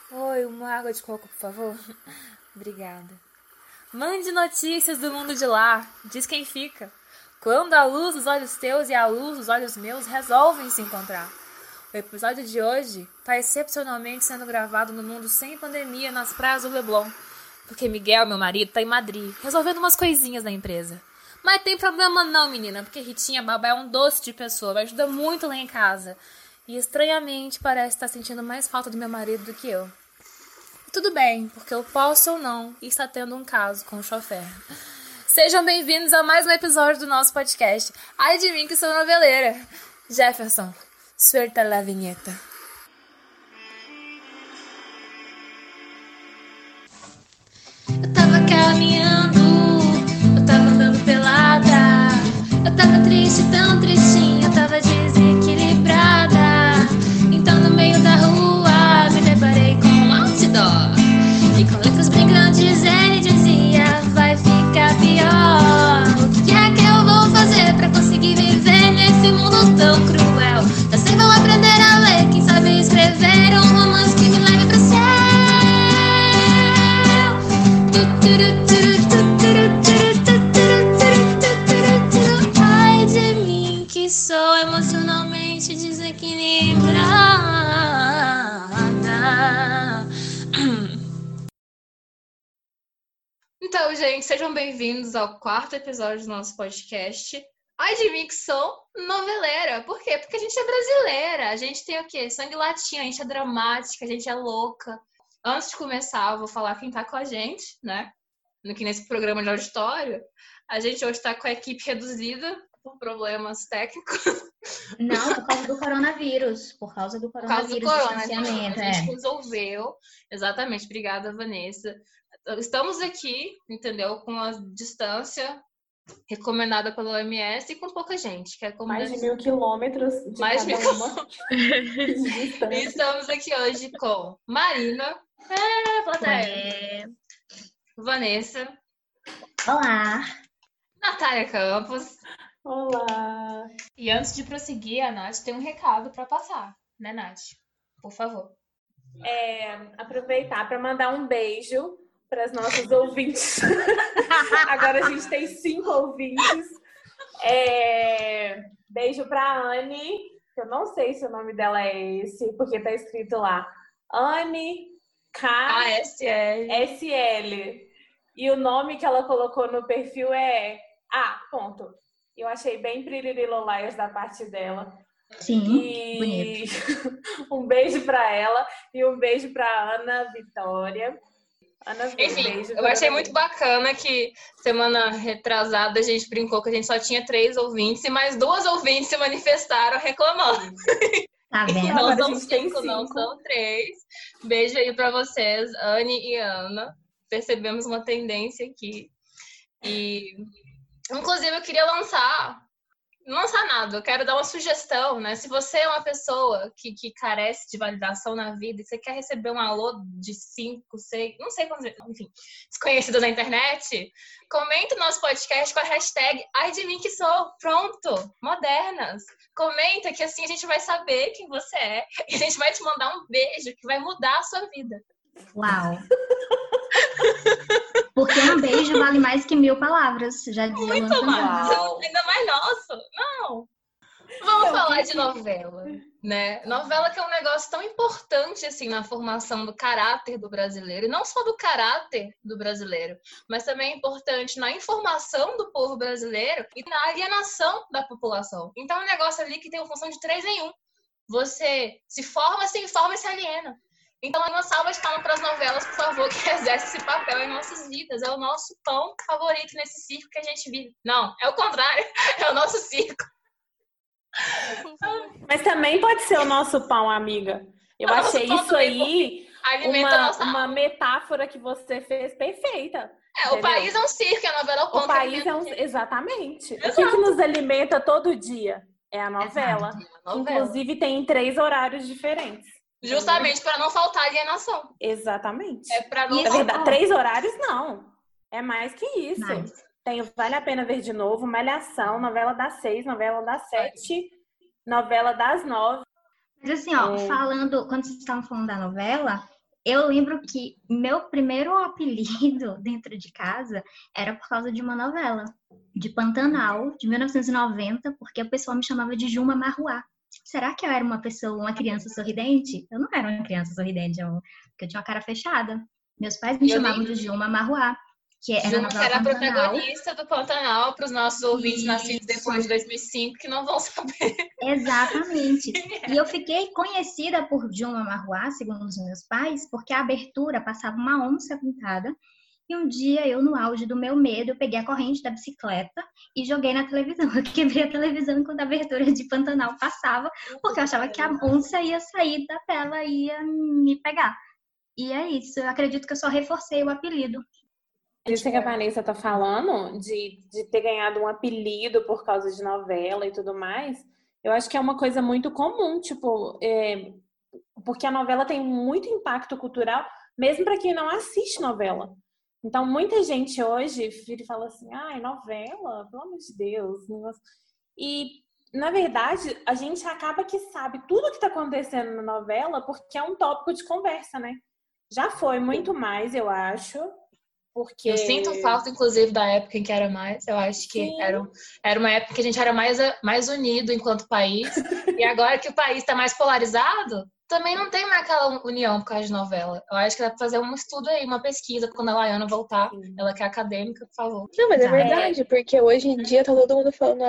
Oi, uma água de coco, por favor. Obrigada. Mande notícias do mundo de lá, diz quem fica. Quando a luz dos olhos teus e a luz dos olhos meus resolvem se encontrar. O episódio de hoje está excepcionalmente sendo gravado no mundo sem pandemia nas praias do Leblon. Porque Miguel, meu marido, está em Madrid, resolvendo umas coisinhas da empresa. Mas tem problema não, menina, porque Ritinha Babá é um doce de pessoa, me ajuda muito lá em casa. E estranhamente parece estar sentindo mais falta do meu marido do que eu. Tudo bem, porque eu posso ou não estar tendo um caso com o chofer. Sejam bem-vindos a mais um episódio do nosso podcast. Ai de mim que sou noveleira. Jefferson, suelta la vinheta. Eu tava caminhando, eu tava andando pelada. Eu tava triste, tão tristinha, eu tava desequilibrada. Então no meio da rua me deparei com um outdoor. E com letras bem grandes ele dizia: vai ficar pior. O que é que eu vou fazer pra conseguir viver nesse mundo tão cruel? Eu sei, vou aprender a ler, quem sabe escrever um romance que me leve pro céu. Ai de mim que sou emocionalmente desequilibrada. Então, gente, sejam bem-vindos ao quarto episódio do nosso podcast. Ai de mim que sou noveleira. Por quê? Porque a gente é brasileira. A gente tem o quê? Sangue latino, a gente é dramática, a gente é louca. Antes de começar, eu vou falar quem tá com a gente, né? Aqui nesse programa de auditório. A gente hoje tá com a equipe reduzida por problemas técnicos. Não, por causa do coronavírus. Por causa do distanciamento. A gente resolveu. Exatamente. Obrigada, Vanessa. Estamos aqui, entendeu? Com a distância recomendada pela OMS e com pouca gente. Que é como mais de 1.000 quilômetros de mais de cada uma. E estamos aqui hoje com Marina. É. Vanessa. Olá. Natália Campos. Olá. E antes de prosseguir, a Nath tem um recado para passar, né, Nath? Por favor. Aproveitar para mandar um beijo para as nossas ouvintes. Agora a gente tem 5 ouvintes. Beijo para a Anne, que eu não sei se o nome dela é esse, porque tá escrito lá. Anne KSL. E o nome que ela colocou no perfil é ponto. Eu achei bem Piririlolaias da parte dela. Sim, bonito. Um beijo para ela e um beijo para Ana Vitória. Enfim, eu achei muito bacana que semana retrasada a gente brincou que a gente só tinha 3 ouvintes e mais 2 ouvintes se manifestaram reclamando. Tá vendo? Não são 5, não são 3. Beijo aí pra vocês, Anne e Ana. Percebemos uma tendência aqui. E, inclusive, eu queria não lançar nada, eu quero dar uma sugestão, né? Se você é uma pessoa que carece de validação na vida e você quer receber um alô de 5, 6, não sei quantos, enfim, desconhecidos na internet, comenta o nosso podcast com a hashtag Ai de mim que sou. Pronto, modernas. Comenta que assim a gente vai saber quem você é e a gente vai te mandar um beijo que vai mudar a sua vida. Uau. Porque um beijo vale mais que 1.000 palavras, já dizia. Muito mais. Ainda mais nosso. Não. Vamos falar de novela, né? Novela que é um negócio tão importante assim na formação do caráter do brasileiro. E não só do caráter do brasileiro, mas também é importante na informação do povo brasileiro e na alienação da população. Então é um negócio ali que tem uma função de 3 em 1. Você se forma, se informa e se aliena. Então, uma salva de palmas para as novelas, por favor, que exerce esse papel em nossas vidas. É o nosso pão favorito nesse circo que a gente vive. Não, é o contrário. É o nosso circo. Mas também pode ser o nosso pão, amiga. Eu achei isso aí uma metáfora que você fez perfeita. O país é um circo, a novela é o pão. O país é um... Exatamente. Exato. O que nos alimenta todo dia é a novela. Inclusive, tem em 3 horários diferentes. Justamente para não faltar alienação. Exatamente. É para não faltar. 3 horários, não. É mais que isso. Mais. Tem Vale a Pena Ver de Novo, Malhação, novela das 6, novela das 7, novela das 9. Mas assim, quando vocês estavam falando da novela, Eu lembro que meu primeiro apelido dentro de casa era por causa de uma novela, de Pantanal, de 1990, porque o pessoal me chamava de Juma Marruá. Será que eu era uma criança sorridente? Eu não era uma criança sorridente, porque eu tinha uma cara fechada. Meus pais me chamavam de Juma Marruá, que era a Juma, que novela era a Pantanal. protagonista do Pantanal, para os nossos ouvintes nascidos depois de 2005, que não vão saber. Exatamente. E eu fiquei conhecida por Juma Marruá, segundo os meus pais, porque a abertura passava uma onça pintada. E um dia, eu, no auge do meu medo, eu peguei a corrente da bicicleta e joguei na televisão. Eu quebrei a televisão enquanto a abertura de Pantanal passava, porque eu achava que a onça ia sair da tela e ia me pegar. E é isso. Eu acredito que eu só reforcei o apelido. Isso que a Vanessa tá falando, de ter ganhado um apelido por causa de novela e tudo mais, eu acho que é uma coisa muito comum, tipo, porque a novela tem muito impacto cultural, mesmo para quem não assiste novela. Então, muita gente hoje vira e fala assim, ai, novela, pelo amor de Deus. E, na verdade, a gente acaba que sabe tudo que tá acontecendo na novela porque é um tópico de conversa, né? Já foi muito mais, eu acho. Porque... Eu sinto falta, inclusive, da época em que era mais. Eu acho que era uma época que a gente era mais unido enquanto país. E agora que o país está mais polarizado, também não tem mais aquela união por causa de novela. Eu acho que dá pra fazer um estudo aí, uma pesquisa, quando a Laiana voltar. Ela que é acadêmica, por favor. Não, mas é verdade, porque hoje em dia tá todo mundo falando,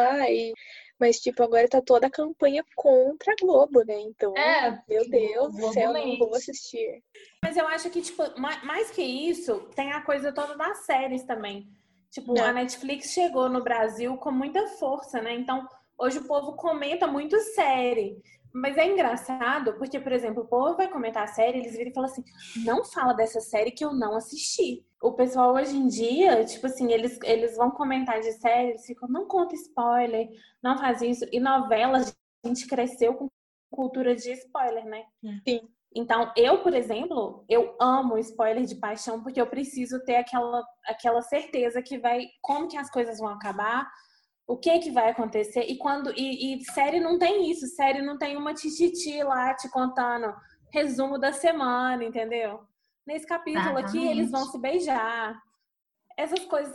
mas tipo, agora tá toda a campanha contra a Globo, né? Então, meu Deus do céu, não vou assistir. Mas eu acho que, tipo, mais que isso, tem a coisa toda das séries também. Tipo, a Netflix chegou no Brasil com muita força, né? Então, hoje o povo comenta muito série. Mas é engraçado, porque, por exemplo, o povo vai comentar a série, eles viram e falam assim, não fala dessa série que eu não assisti. O pessoal hoje em dia, tipo assim, eles vão comentar de série, eles ficam, não conta spoiler, não faz isso. E novelas, a gente cresceu com cultura de spoiler, né? Sim. Então, eu, por exemplo, eu amo spoiler de paixão, porque eu preciso ter aquela certeza que como que as coisas vão acabar, o que vai acontecer, e série não tem isso, série não tem uma tititi lá te contando resumo da semana, entendeu? Nesse capítulo aqui, eles vão se beijar. Essas coisas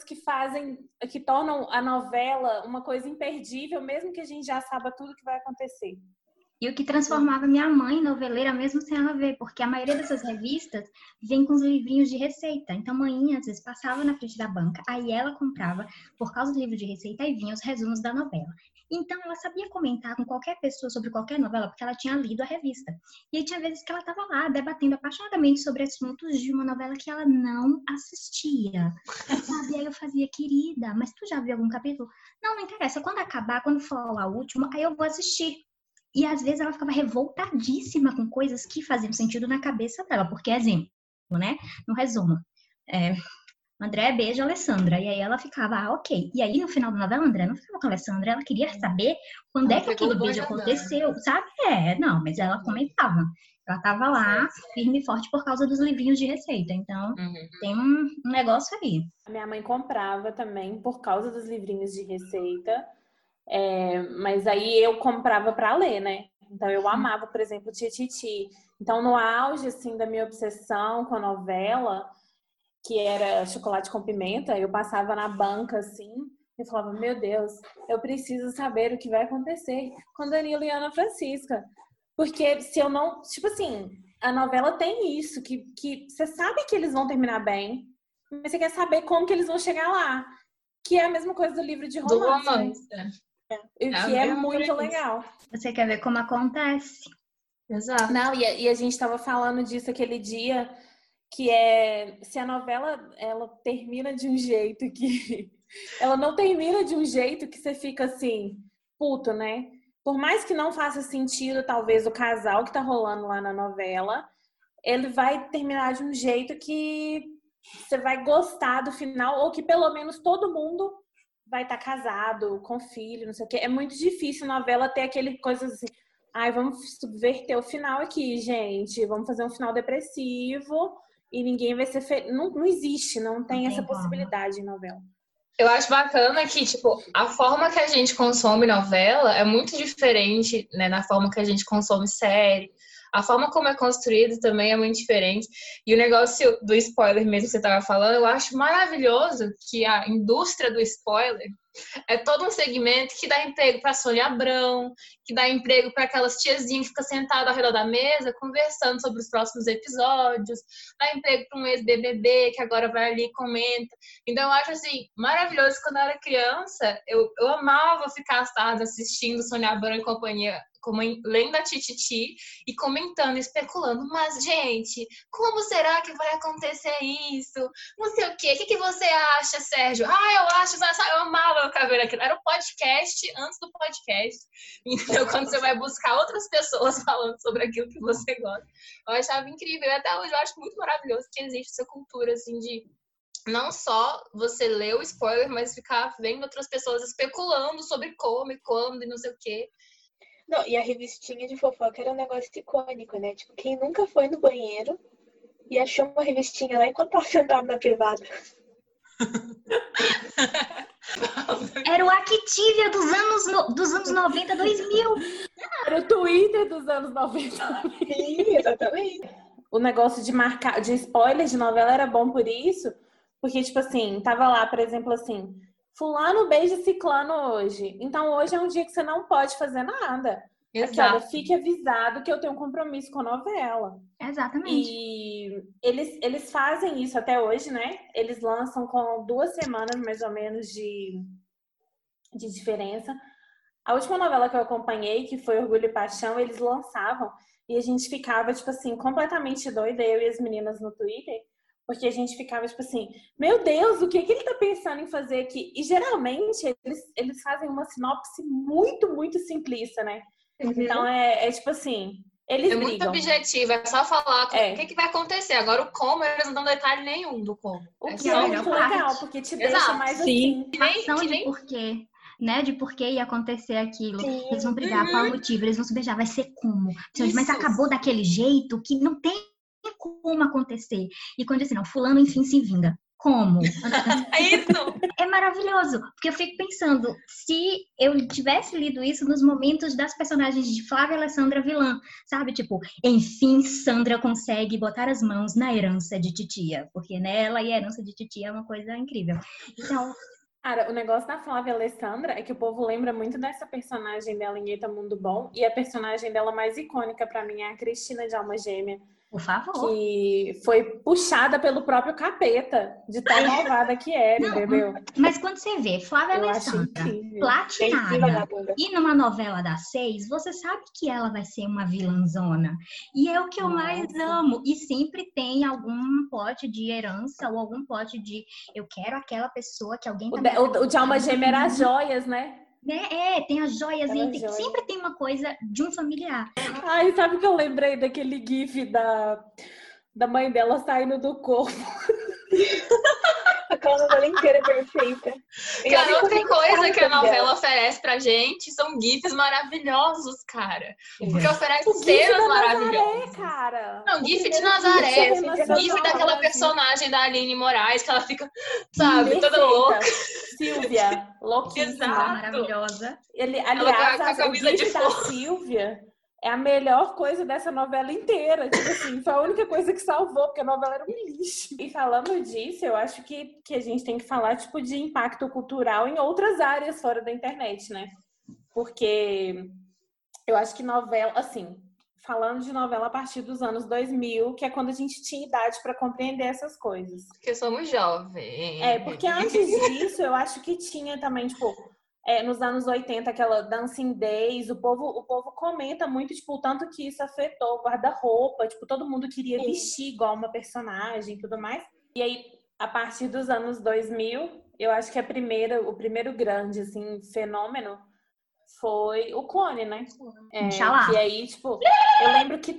que tornam a novela uma coisa imperdível, mesmo que a gente já saiba tudo que vai acontecer. E o que transformava minha mãe em noveleira, mesmo sem ela ver, porque a maioria dessas revistas vem com os livrinhos de receita. Então, a mãinha, às vezes, passava na frente da banca, aí ela comprava, por causa do livro de receita, e vinha os resumos da novela. Então, ela sabia comentar com qualquer pessoa sobre qualquer novela, porque ela tinha lido a revista. E aí, tinha vezes que ela estava lá, debatendo apaixonadamente sobre assuntos de uma novela que ela não assistia. Sabe? E aí eu fazia, querida, mas tu já viu algum capítulo? Não interessa. Quando acabar, quando for a última, aí eu vou assistir. E às vezes ela ficava revoltadíssima com coisas que faziam sentido na cabeça dela. Porque, exemplo, né? No resumo, André beija a Alessandra. E aí ela ficava, ok. E aí no final da novela, André não ficava com a Alessandra. Ela queria saber quando é que aquele beijo aconteceu, sabe? Não, mas ela comentava. Ela tava lá, firme e forte, por causa dos livrinhos de receita. Então, tem um negócio aí. A minha mãe comprava também, por causa dos livrinhos de receita. Mas aí eu comprava para ler, né? Então eu amava, por exemplo, Tititi. Então no auge assim da minha obsessão com a novela, que era Chocolate com Pimenta, eu passava na banca assim e falava, meu Deus, eu preciso saber o que vai acontecer com Danilo e Ana Francisca. Porque se eu não, tipo assim, a novela tem isso, que você sabe que eles vão terminar bem, mas você quer saber como que eles vão chegar lá. Que é a mesma coisa do livro de romance. Né? O que é muito legal. Você quer ver como acontece? Exato. Não, e a gente estava falando disso aquele dia, que se a novela ela termina de um jeito que ela não termina de um jeito que você fica assim, puto, né? Por mais que não faça sentido, talvez, o casal que tá rolando lá na novela, ele vai terminar de um jeito que você vai gostar do final, ou que pelo menos todo mundo vai estar casado, com filho, não sei o quê. É muito difícil novela ter aquele coisa assim, vamos subverter o final aqui, gente, vamos fazer um final depressivo e ninguém vai ser feliz. Não existe, não tem essa possibilidade em novela. Eu acho bacana que, tipo, a forma que a gente consome novela é muito diferente, né, na forma que a gente consome série. a forma como é construído também é muito diferente. E o negócio do spoiler mesmo que você estava falando, eu acho maravilhoso que a indústria do spoiler é todo um segmento que dá emprego para Sônia Abrão, que dá emprego para aquelas tiazinhas que ficam sentadas ao redor da mesa conversando sobre os próximos episódios, dá emprego para um ex-BBB que agora vai ali e comenta. Então eu acho assim, maravilhoso. Quando eu era criança, eu amava ficar às tardes assistindo Sônia Abrão e companhia, lendo a Tititi e comentando, especulando. Mas, gente, como será que vai acontecer isso? Não sei o quê. O que você acha, Sérgio? Eu acho, eu amava ficar vendo aquilo. Era o podcast antes do podcast. Então, quando você vai buscar outras pessoas falando sobre aquilo que você gosta, eu achava incrível. E até hoje eu acho muito maravilhoso que existe essa cultura, assim, de não só você ler o spoiler, mas ficar vendo outras pessoas especulando sobre como e quando e não sei o quê. Não, e a revistinha de fofoca era um negócio icônico, né? Tipo, quem nunca foi no banheiro e achou uma revistinha lá enquanto tava sentado na privada. Era o Activia dos anos 90, 2000. Era o Twitter dos anos 90. Sim, exatamente. O negócio de marcar, de spoiler de novela era bom por isso, porque, tipo assim, tava lá, por exemplo, assim, fulano beija ciclano hoje. Então, hoje é um dia que você não pode fazer nada. Aqui, olha, fique avisado que eu tenho um compromisso com a novela. Exatamente. E eles fazem isso até hoje, né? Eles lançam com 2 semanas, mais ou menos, de diferença. A última novela que eu acompanhei, que foi Orgulho e Paixão, eles lançavam e a gente ficava, tipo assim, completamente doida, eu e as meninas no Twitter, porque a gente ficava, tipo assim, meu Deus, o que ele tá pensando em fazer aqui? E geralmente eles fazem uma sinopse muito, muito simplista, né? Uhum. Então é tipo assim, eles brigam. Muito objetivo, é só falar o que vai acontecer. Agora o como, eles não dão detalhe nenhum do como. O que é muito legal, porque te deixa mais assim. Ação de porquê. Né, de por que ia acontecer aquilo. Sim. Eles vão brigar, qual o motivo, eles vão se beijar, vai ser como? Mas acabou daquele jeito que não tem como acontecer. E quando diz assim, não, fulano enfim se vinga. Como? É maravilhoso, porque eu fico pensando, se eu tivesse lido isso nos momentos das personagens de Flávia Alessandra vilã, sabe? Tipo, enfim, Sandra consegue botar as mãos na herança de titia, porque nela e a herança de titia é uma coisa incrível. Então... Cara, o negócio da Flávia Alessandra é que o povo lembra muito dessa personagem dela em Eita Mundo Bom, e a personagem dela mais icônica pra mim é a Cristina de Alma Gêmea. Por favor. Que foi puxada pelo próprio capeta, de tão malvada que era, entendeu? Mas quando você vê Flávia Alessandra platinada e numa novela das 6, você sabe que ela vai ser uma vilãzona. E é o que eu mais amo. E sempre tem algum plot de herança ou algum plot de eu quero aquela pessoa que alguém... O de Alma Gêmea era as joias, né? Tem as joias, sempre tem uma coisa de um familiar. Ai, sabe o que eu lembrei daquele gif da mãe dela saindo do corpo? Aquela novela inteira é perfeita. Cara, outra coisa que a novela oferece pra gente são gifs maravilhosos, cara. Porque oferece cenas maravilhosas. Cara. Não, gif de Nazaré. Gif daquela personagem da Aline Moraes, que ela fica, sabe, toda louca. Silvia, louquíssima. Maravilhosa. Aliás, o gif da Silvia é a melhor coisa dessa novela inteira. Tipo assim, foi a única coisa que salvou, porque a novela era um lixo. E falando disso, eu acho que a gente tem que falar, tipo, de impacto cultural em outras áreas fora da internet, né? Porque eu acho que novela, assim, falando de novela a partir dos anos 2000, que é quando a gente tinha idade para compreender essas coisas. Porque somos jovens. Porque antes disso, eu acho que tinha também, tipo... nos anos 80, aquela Dancing Days, o povo comenta muito, tipo, o tanto que isso afetou o guarda-roupa, tipo, todo mundo queria vestir igual uma personagem e tudo mais. E aí, a partir dos anos 2000, eu acho que o primeiro grande, assim, fenômeno foi o Clone, né? Que aí, tipo, eu lembro que...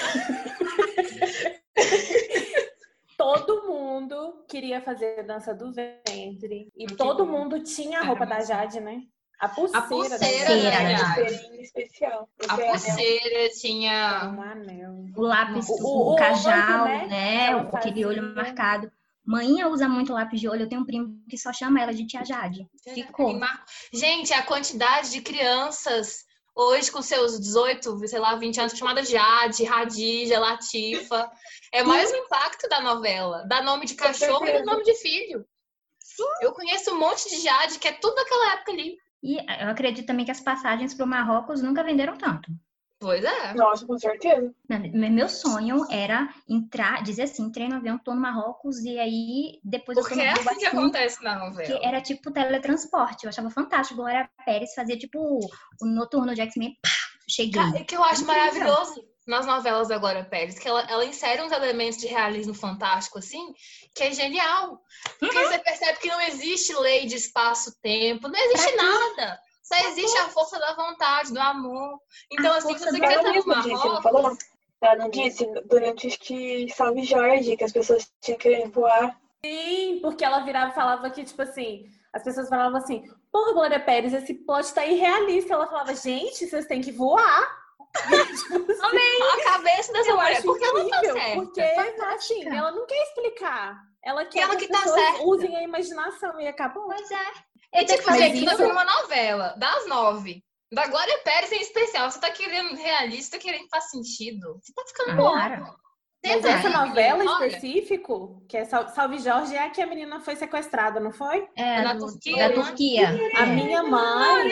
Todo mundo queria fazer a dança do ventre. E todo mundo tinha a roupa da Jade, né? A pulseira da Jade. Especial. A pulseira tinha... Um anel. O lápis, o cajal, né? Aquele olho marcado. Mãinha usa muito lápis de olho. Eu tenho um primo que só chama ela de tia Jade. Ficou. Gente, a quantidade de crianças hoje com seus 18, sei lá, 20 anos, chamada Jade, Radija, Latifa. É mais o impacto da novela. Dá nome de cachorro e dá nome de filho. Sim. Eu conheço um monte de Jade, que é tudo daquela época ali. E eu acredito também que as passagens para o Marrocos nunca venderam tanto. Pois é. Nossa, com certeza. Meu sonho era dizer assim, entrei no avião, tô no Marrocos e aí depois Porque eu é tô no assim que acontece na novela. Que era tipo teletransporte. Eu achava fantástico. Glória Pérez fazia tipo o Noturno de X-Men. Cheguei. O que eu acho maravilhoso nas novelas da Glória Pérez, que ela insere uns elementos de realismo fantástico, assim, que é genial. Porque você percebe que não existe lei de espaço-tempo, não existe nada. Só existe a força da vontade, do amor. Então, assim, se você quer estar no Marrocos... Ela não disse durante este Salve Jorge que as pessoas tinham que voar. Sim, porque ela virava e falava que, tipo assim, as pessoas falavam assim, porra, Glória Pérez, esse plot tá irrealista. Ela falava, gente, vocês têm que voar. Tipo assim, a cabeça dessa mulher, porque ela não tá certa. Porque, assim, ela não quer explicar. Ela quer que as tá pessoas certa. usem a imaginação e acabou. Pois é. E tipo, gente, tá sendo uma novela das 9. Da Glória Pérez em especial. Você tá querendo realista, tá querendo que faz sentido. Você tá ficando louco. Mas essa novela específico, que é Salve Jorge, é a que a menina foi sequestrada, não foi? É, da Turquia. Da Turquia. A minha mãe...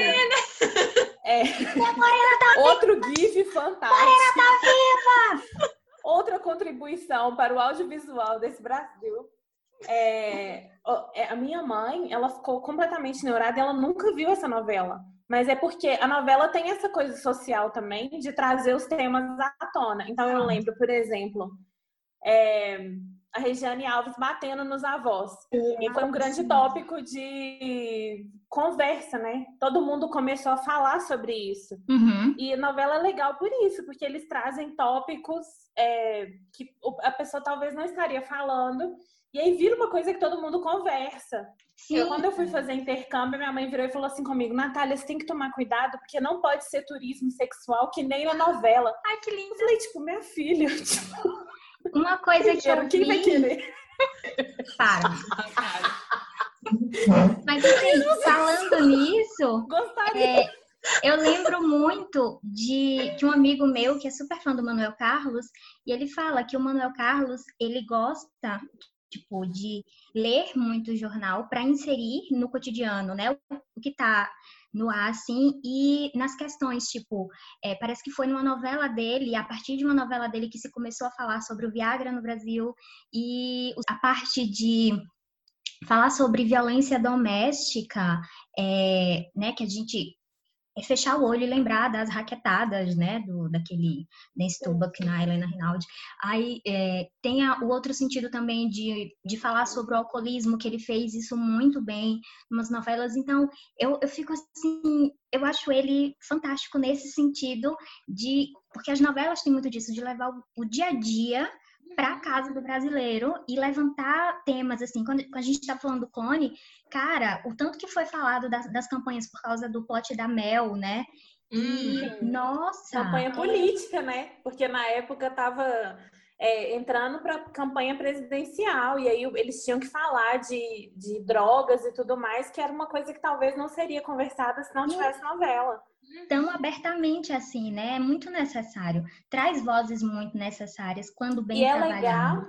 Outro gif fantástico. Outra contribuição para o audiovisual desse Brasil. A minha mãe, ela ficou completamente neurada e ela nunca viu essa novela. Mas é porque a novela tem essa coisa social também de trazer os temas à tona. Então eu lembro, por exemplo, a Regiane Alves batendo nos avós. E foi um grande tópico de conversa, né? Todo mundo começou a falar sobre isso. Uhum. E a novela é legal por isso, porque eles trazem tópicos que a pessoa talvez não estaria falando. E aí vira uma coisa que todo mundo conversa. Quando eu fui fazer intercâmbio, minha mãe virou e falou assim comigo, Natália, você tem que tomar cuidado, porque não pode ser turismo sexual que nem na novela. Ai, que lindo. Eu falei, tipo, minha filha... Uma coisa que eu Quem vi... vai querer? Para. Mas assim, falando nisso, eu lembro muito de um amigo meu que é super fã do Manuel Carlos, e ele fala que o Manuel Carlos, ele gosta, tipo, de ler muito jornal para inserir no cotidiano, né? O que tá no ar, assim, e nas questões, tipo, parece que foi numa novela dele, a partir de uma novela dele que se começou a falar sobre o Viagra no Brasil, e a parte de falar sobre violência doméstica, né, que a gente fechar o olho e lembrar das raquetadas, né, daquele Dance to Buck na Helena Rinaldi. Aí tem o outro sentido também de falar sobre o alcoolismo, que ele fez isso muito bem em umas novelas. Então, eu fico assim, eu acho ele fantástico nesse sentido porque as novelas têm muito disso, de levar o dia a dia para a casa do brasileiro e levantar temas, assim, quando a gente está falando do clone, cara, o tanto que foi falado das campanhas por causa do plot da Mel, né? E, nossa! Campanha política, né? Porque na época tava entrando para campanha presidencial e aí eles tinham que falar de drogas e tudo mais, que era uma coisa que talvez não seria conversada se não tivesse novela. Tão abertamente assim, né? É muito necessário. Traz vozes muito necessárias quando bem trabalhado. E é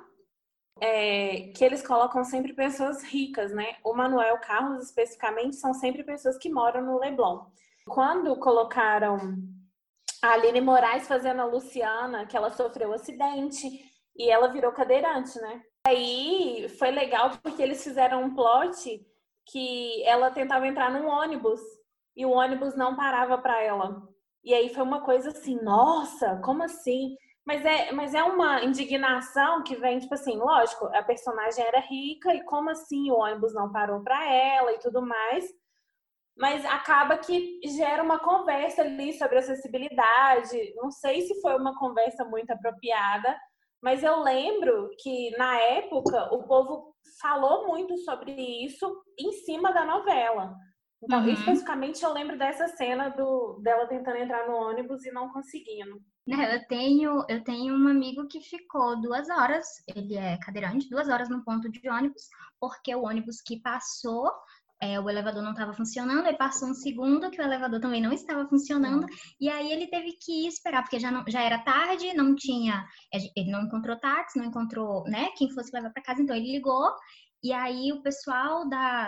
legal que eles colocam sempre pessoas ricas, né? O Manuel Carlos, especificamente, são sempre pessoas que moram no Leblon. Quando colocaram a Aline Moraes fazendo a Luciana, que ela sofreu um acidente e ela virou cadeirante, né? Aí foi legal porque eles fizeram um plot que ela tentava entrar num ônibus e o ônibus não parava para ela. E aí foi uma coisa assim, nossa, como assim? Mas é uma indignação que vem, tipo assim, lógico, a personagem era rica e como assim o ônibus não parou para ela e tudo mais. Mas acaba que gera uma conversa ali sobre acessibilidade. Não sei se foi uma conversa muito apropriada, mas eu lembro que na época o povo falou muito sobre isso em cima da novela. Então, especificamente, eu lembro dessa cena dela tentando entrar no ônibus e não conseguindo. Eu tenho um amigo que ficou 2 horas, ele é cadeirante, 2 horas no ponto de ônibus, porque o ônibus que passou o elevador não estava funcionando, aí passou um segundo que o elevador também não estava funcionando, e aí ele teve que esperar, porque já era tarde, não tinha, ele não encontrou táxi, não encontrou, né, quem fosse levar para casa, então ele ligou, e aí o pessoal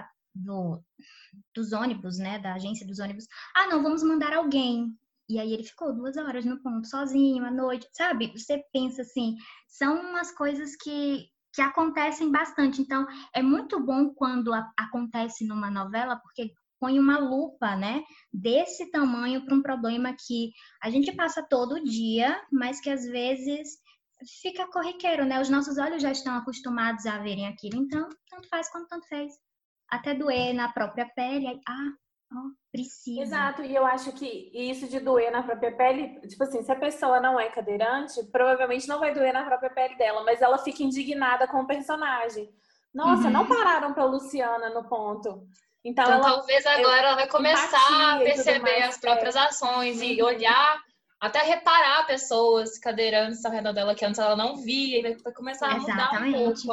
dos ônibus, né, da agência dos ônibus, não, vamos mandar alguém. E aí ele ficou 2 horas no ponto, sozinho, à noite, sabe? Você pensa assim, são umas coisas que acontecem bastante. Então, é muito bom quando acontece numa novela, porque põe uma lupa, né, desse tamanho para um problema que a gente passa todo dia, mas que às vezes fica corriqueiro, né? Os nossos olhos já estão acostumados a verem aquilo, então, tanto faz quanto tanto fez. Até doer na própria pele, aí, precisa. Exato, e eu acho que isso de doer na própria pele, tipo assim, se a pessoa não é cadeirante, provavelmente não vai doer na própria pele dela, mas ela fica indignada com o personagem. Nossa, não pararam pra Luciana no ponto. Então talvez agora ela vai começar a perceber as próprias ações e olhar, até reparar pessoas cadeirantes ao redor dela que antes ela não via, e vai começar a mudar um pouco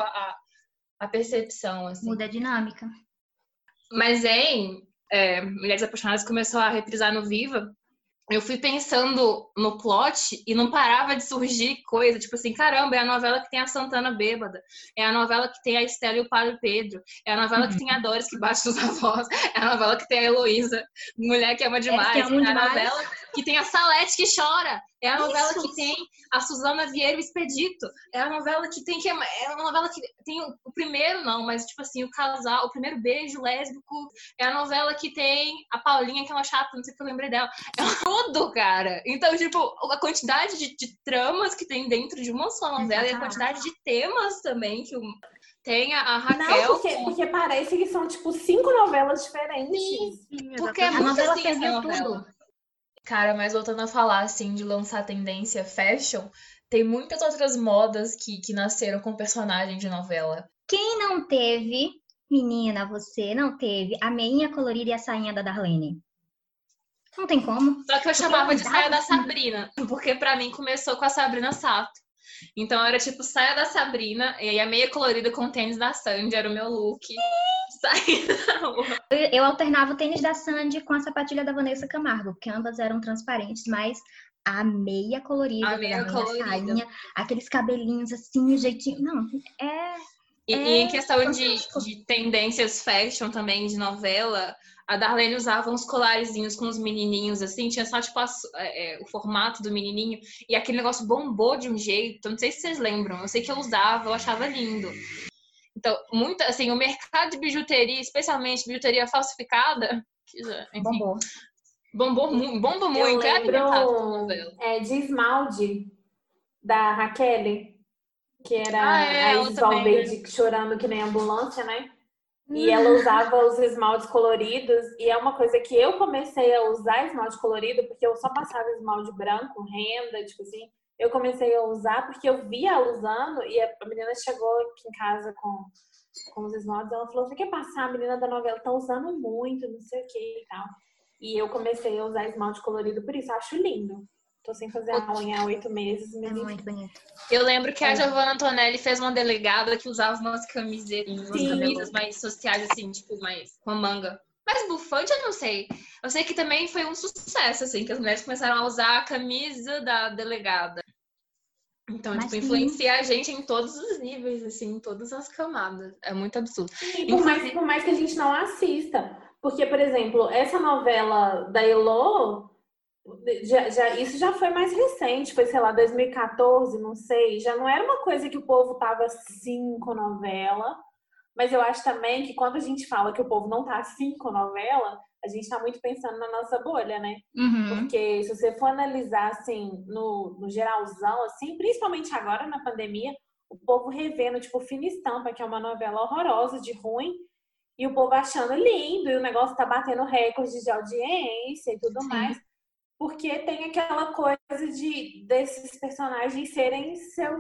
a percepção. Assim. Muda a dinâmica. Mas, Mulheres Apaixonadas começou a reprisar no Viva, eu fui pensando no plot e não parava de surgir coisa, tipo assim, caramba, é a novela que tem a Santana bêbada, é a novela que tem a Estela e o Padre Pedro, é a novela que tem a Doris que bate nos avós, é a novela que tem a Heloísa, mulher que ama demais, é a novela que tem a Salete que chora, é a novela que tem a Suzana Vieira e o Expedito, é a novela que tem é uma novela que tem o primeiro não, mas tipo assim, o casal, o primeiro beijo lésbico, é a novela que tem a Paulinha, que é uma chata, não sei porque eu lembrei dela, tudo, cara. Então, tipo, a quantidade de tramas que tem dentro de uma só novela e a quantidade de temas também que tem a Raquel. Não, porque parece que são, tipo, 5 novelas diferentes. Sim, porque é muito novela assim, serviu tudo. Cara, mas voltando a falar, assim, de lançar tendência fashion, tem muitas outras modas que nasceram com personagem de novela. Quem não teve, menina, você não teve a meinha colorida e a sainha da Darlene? Não tem como. Só que eu chamava de saia da Sabrina, porque pra mim começou com a Sabrina Sato. Então era tipo saia da Sabrina e aí a meia colorida com o tênis da Sandy era o meu look. Eu alternava o tênis da Sandy com a sapatilha da Vanessa Camargo, porque ambas eram transparentes, mas a meia colorida, a sainha, aqueles cabelinhos assim, o jeitinho. Não, E em questão de tendências fashion também, de novela, a Darlene usava uns colarezinhos com os menininhos, assim, tinha só, tipo, o formato do menininho, e aquele negócio bombou de um jeito, não sei se vocês lembram, eu sei que eu usava, eu achava lindo. Então, muito, assim, o mercado de bijuteria, especialmente bijuteria falsificada, enfim, bomba muito. Eu lembro de esmalte da Raquel, que era a Isis Valverde chorando que nem ambulância, né? E ela usava os esmaltes coloridos, e é uma coisa que eu comecei a usar esmalte colorido, porque eu só passava esmalte branco, renda, tipo assim. Eu comecei a usar porque eu via ela usando, e a menina chegou aqui em casa com os esmaltes, ela falou, você quer passar? A menina da novela tá usando muito, não sei o que e tal. E eu comecei a usar esmalte colorido por isso, acho lindo. Tô sem fazer a unha há 8 meses. É muito bonito. Eu lembro que a Giovanna Antonelli fez uma delegada que usava umas camisetinhas, umas camisas mais sociais, assim, tipo, mais com a manga. Mas bufante, eu não sei. Eu sei que também foi um sucesso, assim, que as mulheres começaram a usar a camisa da delegada. Então, tipo, influencia a gente em todos os níveis, assim, em todas as camadas. É muito absurdo. E por mais que a gente não assista. Porque, por exemplo, essa novela da Elo... isso já foi mais recente, foi, sei lá, 2014, não sei. Já não era uma coisa que o povo tava assim com novela, mas eu acho também que quando a gente fala que o povo não tá assim com novela, a gente tá muito pensando na nossa bolha, né? Porque se você for analisar, assim, no geralzão, assim, principalmente agora na pandemia, o povo revendo, tipo, Fina Estampa, que é uma novela horrorosa, de ruim, e o povo achando lindo, e o negócio tá batendo recorde de audiência e tudo mais. Porque tem aquela coisa desses personagens serem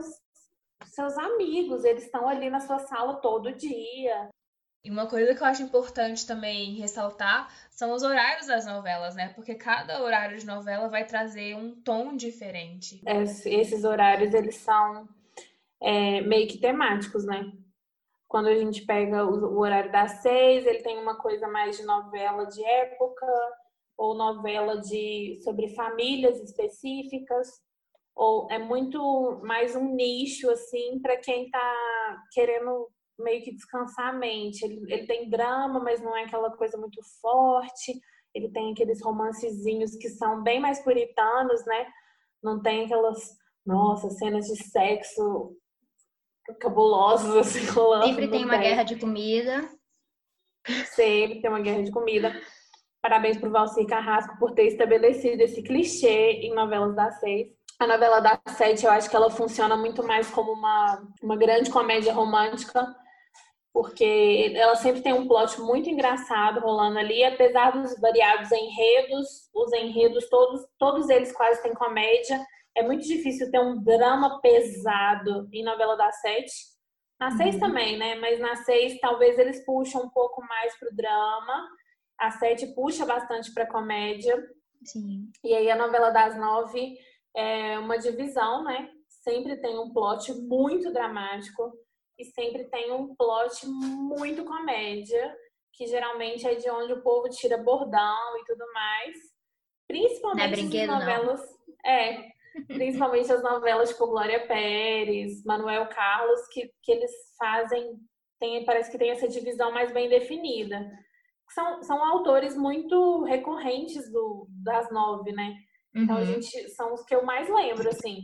seus amigos, eles estão ali na sua sala todo dia. E uma coisa que eu acho importante também ressaltar são os horários das novelas, né? Porque cada horário de novela vai trazer um tom diferente. Esses horários, eles são meio que temáticos, né? Quando a gente pega o horário das 6, ele tem uma coisa mais de novela de época, ou novela sobre famílias específicas, ou é muito mais um nicho, assim, para quem tá querendo meio que descansar a mente. Ele tem drama, mas não é aquela coisa muito forte. Ele tem aqueles romancezinhos que são bem mais puritanos, né? Não tem aquelas, nossa, cenas de sexo cabulosas, assim, rolando. Sempre tem uma guerra de comida. Sempre tem uma guerra de comida. Parabéns pro Valcir Carrasco por ter estabelecido esse clichê em novelas das 6. A novela das 7, eu acho que ela funciona muito mais como uma grande comédia romântica, porque ela sempre tem um plot muito engraçado rolando ali, apesar dos variados enredos, os enredos todos eles quase têm comédia. É muito difícil ter um drama pesado em novela das 7. Na 6 também, né? Mas na 6 talvez eles puxam um pouco mais pro drama. A 7 puxa bastante pra comédia. Sim. E aí a novela das 9 é uma divisão, né? Sempre tem um plot muito dramático e sempre tem um plot muito comédia, que geralmente é de onde o povo tira bordão e tudo mais. Principalmente não é brinquedo, as novelas. Principalmente as novelas tipo Glória Pérez, Manuel Carlos, que eles fazem, parece que tem essa divisão mais bem definida. São autores muito recorrentes das 9, né? Então, são os que eu mais lembro, assim.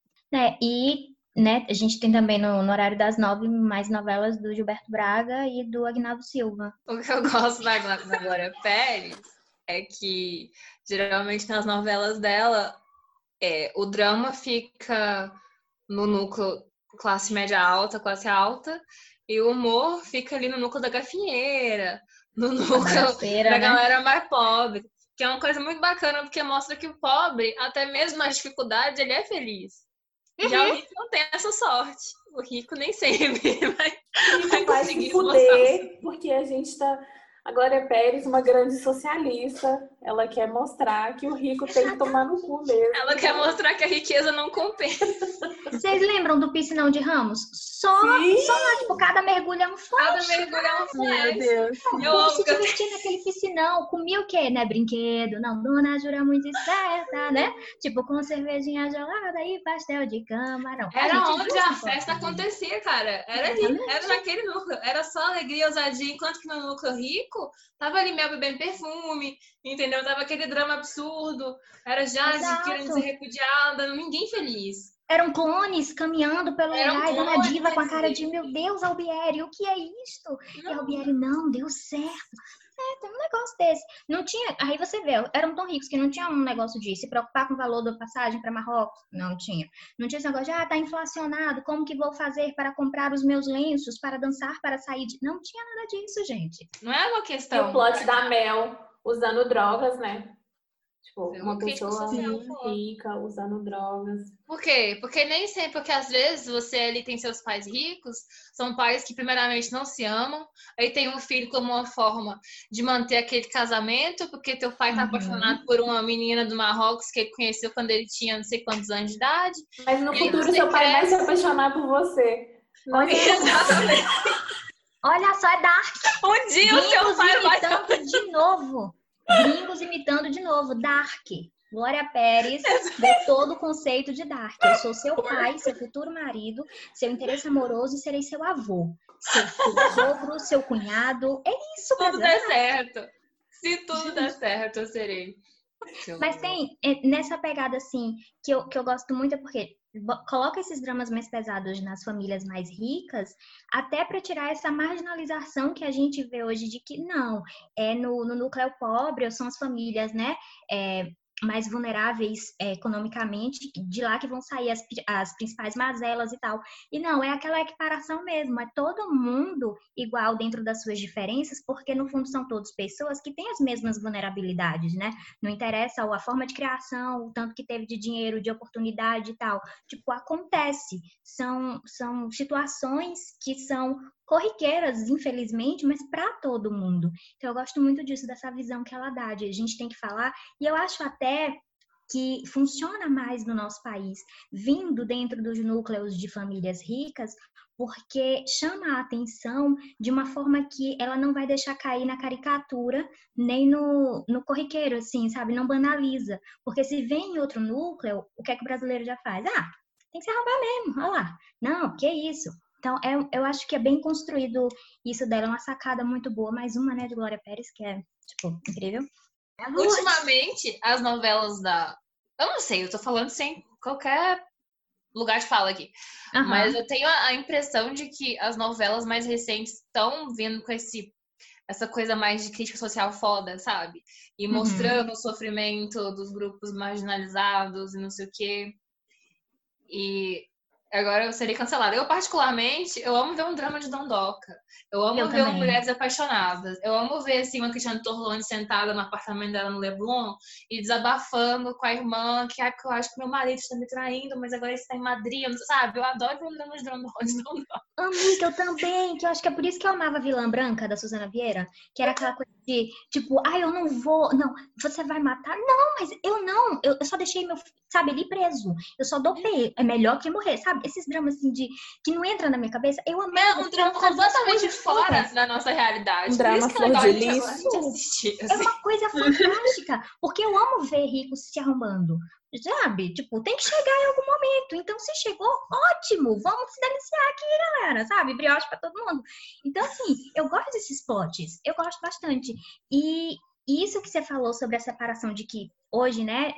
E né, a gente tem também no horário das 9 mais novelas do Gilberto Braga e do Agnaldo Silva. O que eu gosto da Glória Pérez é que, geralmente, nas novelas dela, o drama fica no núcleo classe média alta, classe alta, e o humor fica ali no núcleo da gafinheira, no núcleo da galera mais pobre. Que é uma coisa muito bacana, porque mostra que o pobre, até mesmo nas dificuldades, ele é feliz. Já o rico não tem essa sorte. O rico nem sempre vai conseguir se fuder, porque a gente tá... A Glória Pérez, uma grande socialista, ela quer mostrar que o rico tem que tomar no cu mesmo. Ela quer mostrar que a riqueza não compensa. Vocês lembram do Piscinão de Ramos? Só lá, tipo, cada mergulho é um flash. Cada mergulho é um flash. Meu Deus. Eu amo se divertir naquele piscinão. Comia o quê, né? Brinquedo. Não, dona Jura muito esperta, né? Tipo, com cervejinha gelada e pastel de camarão. Era onde a festa acontecia, cara. Era naquele núcleo. Era só alegria, ousadia. Enquanto que no núcleo rico, tava ali Mel bebendo perfume, entendeu? Tava aquele drama absurdo. Era Jade querendo ser repudiada. Ninguém feliz. Eram clones caminhando pelo lugar e Dona Diva com a cara de, meu Deus, Albieri, o que é isto? Não. E Albieri, não, deu certo. Tem um negócio desse. Não tinha, aí você vê, eram tão ricos que não tinha um negócio de se preocupar com o valor da passagem para Marrocos. Não tinha. Não tinha esse negócio de, tá inflacionado, como que vou fazer para comprar os meus lenços, para dançar, para sair de... Não tinha nada disso, gente. Não é uma questão... E o plot da Mel usando drogas, né? Tipo, uma pessoa rica usando drogas. Por quê? Porque nem sempre, porque às vezes você ali tem seus pais ricos, são pais que primeiramente não se amam, aí tem um filho como uma forma de manter aquele casamento, porque teu pai tá apaixonado por uma menina do Marrocos que ele conheceu quando ele tinha não sei quantos anos de idade. Mas no futuro seu pai vai se apaixonar por você. Exatamente. Olha só, é Dark. Um dia o seu pai vai... de novo. Gringos imitando de novo, Dark. Glória Pérez botou todo o conceito de Dark. Eu sou seu pai, seu futuro marido, seu interesse amoroso e serei seu avô. Seu sogro, seu cunhado. É isso, tudo der certo. Se tudo der certo, eu serei. Mas tem, nessa pegada assim, que eu gosto muito, é porque coloca esses dramas mais pesados nas famílias mais ricas, até para tirar essa marginalização que a gente vê hoje de que não, no núcleo pobre, ou são as famílias, né, mais vulneráveis economicamente, de lá que vão sair as principais mazelas e tal. E não, é aquela equiparação mesmo, é todo mundo igual dentro das suas diferenças, porque no fundo são todas pessoas que têm as mesmas vulnerabilidades, né? Não interessa a forma de criação, o tanto que teve de dinheiro, de oportunidade e tal. Tipo, acontece. São situações que são corriqueiras, infelizmente, mas para todo mundo. Então, eu gosto muito disso, dessa visão que ela dá, de a gente tem que falar, e eu acho até que funciona mais no nosso país, vindo dentro dos núcleos de famílias ricas, porque chama a atenção de uma forma que ela não vai deixar cair na caricatura, nem no corriqueiro, assim, sabe? Não banaliza. Porque se vem em outro núcleo, o que é que o brasileiro já faz? Tem que se arrombar mesmo, olha lá. Não, que isso? Então, eu acho que é bem construído isso dela, é uma sacada muito boa. Mais uma, né, de Glória Pérez, que é, tipo, incrível. Ultimamente, as novelas da... Eu não sei, eu tô falando sem qualquer lugar de fala aqui. Uhum. Mas eu tenho a impressão de que as novelas mais recentes estão vindo com essa coisa mais de crítica social foda, sabe? E mostrando o sofrimento dos grupos marginalizados e não sei o quê. E agora eu serei cancelada. Eu, particularmente, eu amo ver um drama de Dondoca. Eu amo ver uma Mulheres Apaixonadas. Eu amo ver, assim, uma Cristiane Torlone sentada no apartamento dela no Leblon e desabafando com a irmã que, porque eu acho que meu marido está me traindo, mas agora ele está em Madrid, sabe? Eu adoro ver um drama de Dondoca. Amiga, eu também, que eu acho que é por isso que eu amava a Vilã Branca, da Suzana Vieira, que era aquela coisa de, tipo, eu não vou, não, você vai matar? Não, mas eu só deixei meu, sabe, ele preso. Eu só dopei, é melhor que morrer, sabe? Esses dramas, assim, que não entra na minha cabeça, eu amava. É um drama completamente fora da nossa realidade. Um drama flor de liso. É uma coisa fantástica, porque eu amo ver ricos se arrombando. Sabe? Tipo, tem que chegar em algum momento. Então, se chegou, ótimo. Vamos se deliciar aqui, galera. Sabe? Brioche pra todo mundo. Então, assim, eu gosto desses plots. Eu gosto bastante. E isso que você falou sobre a separação de que hoje, né,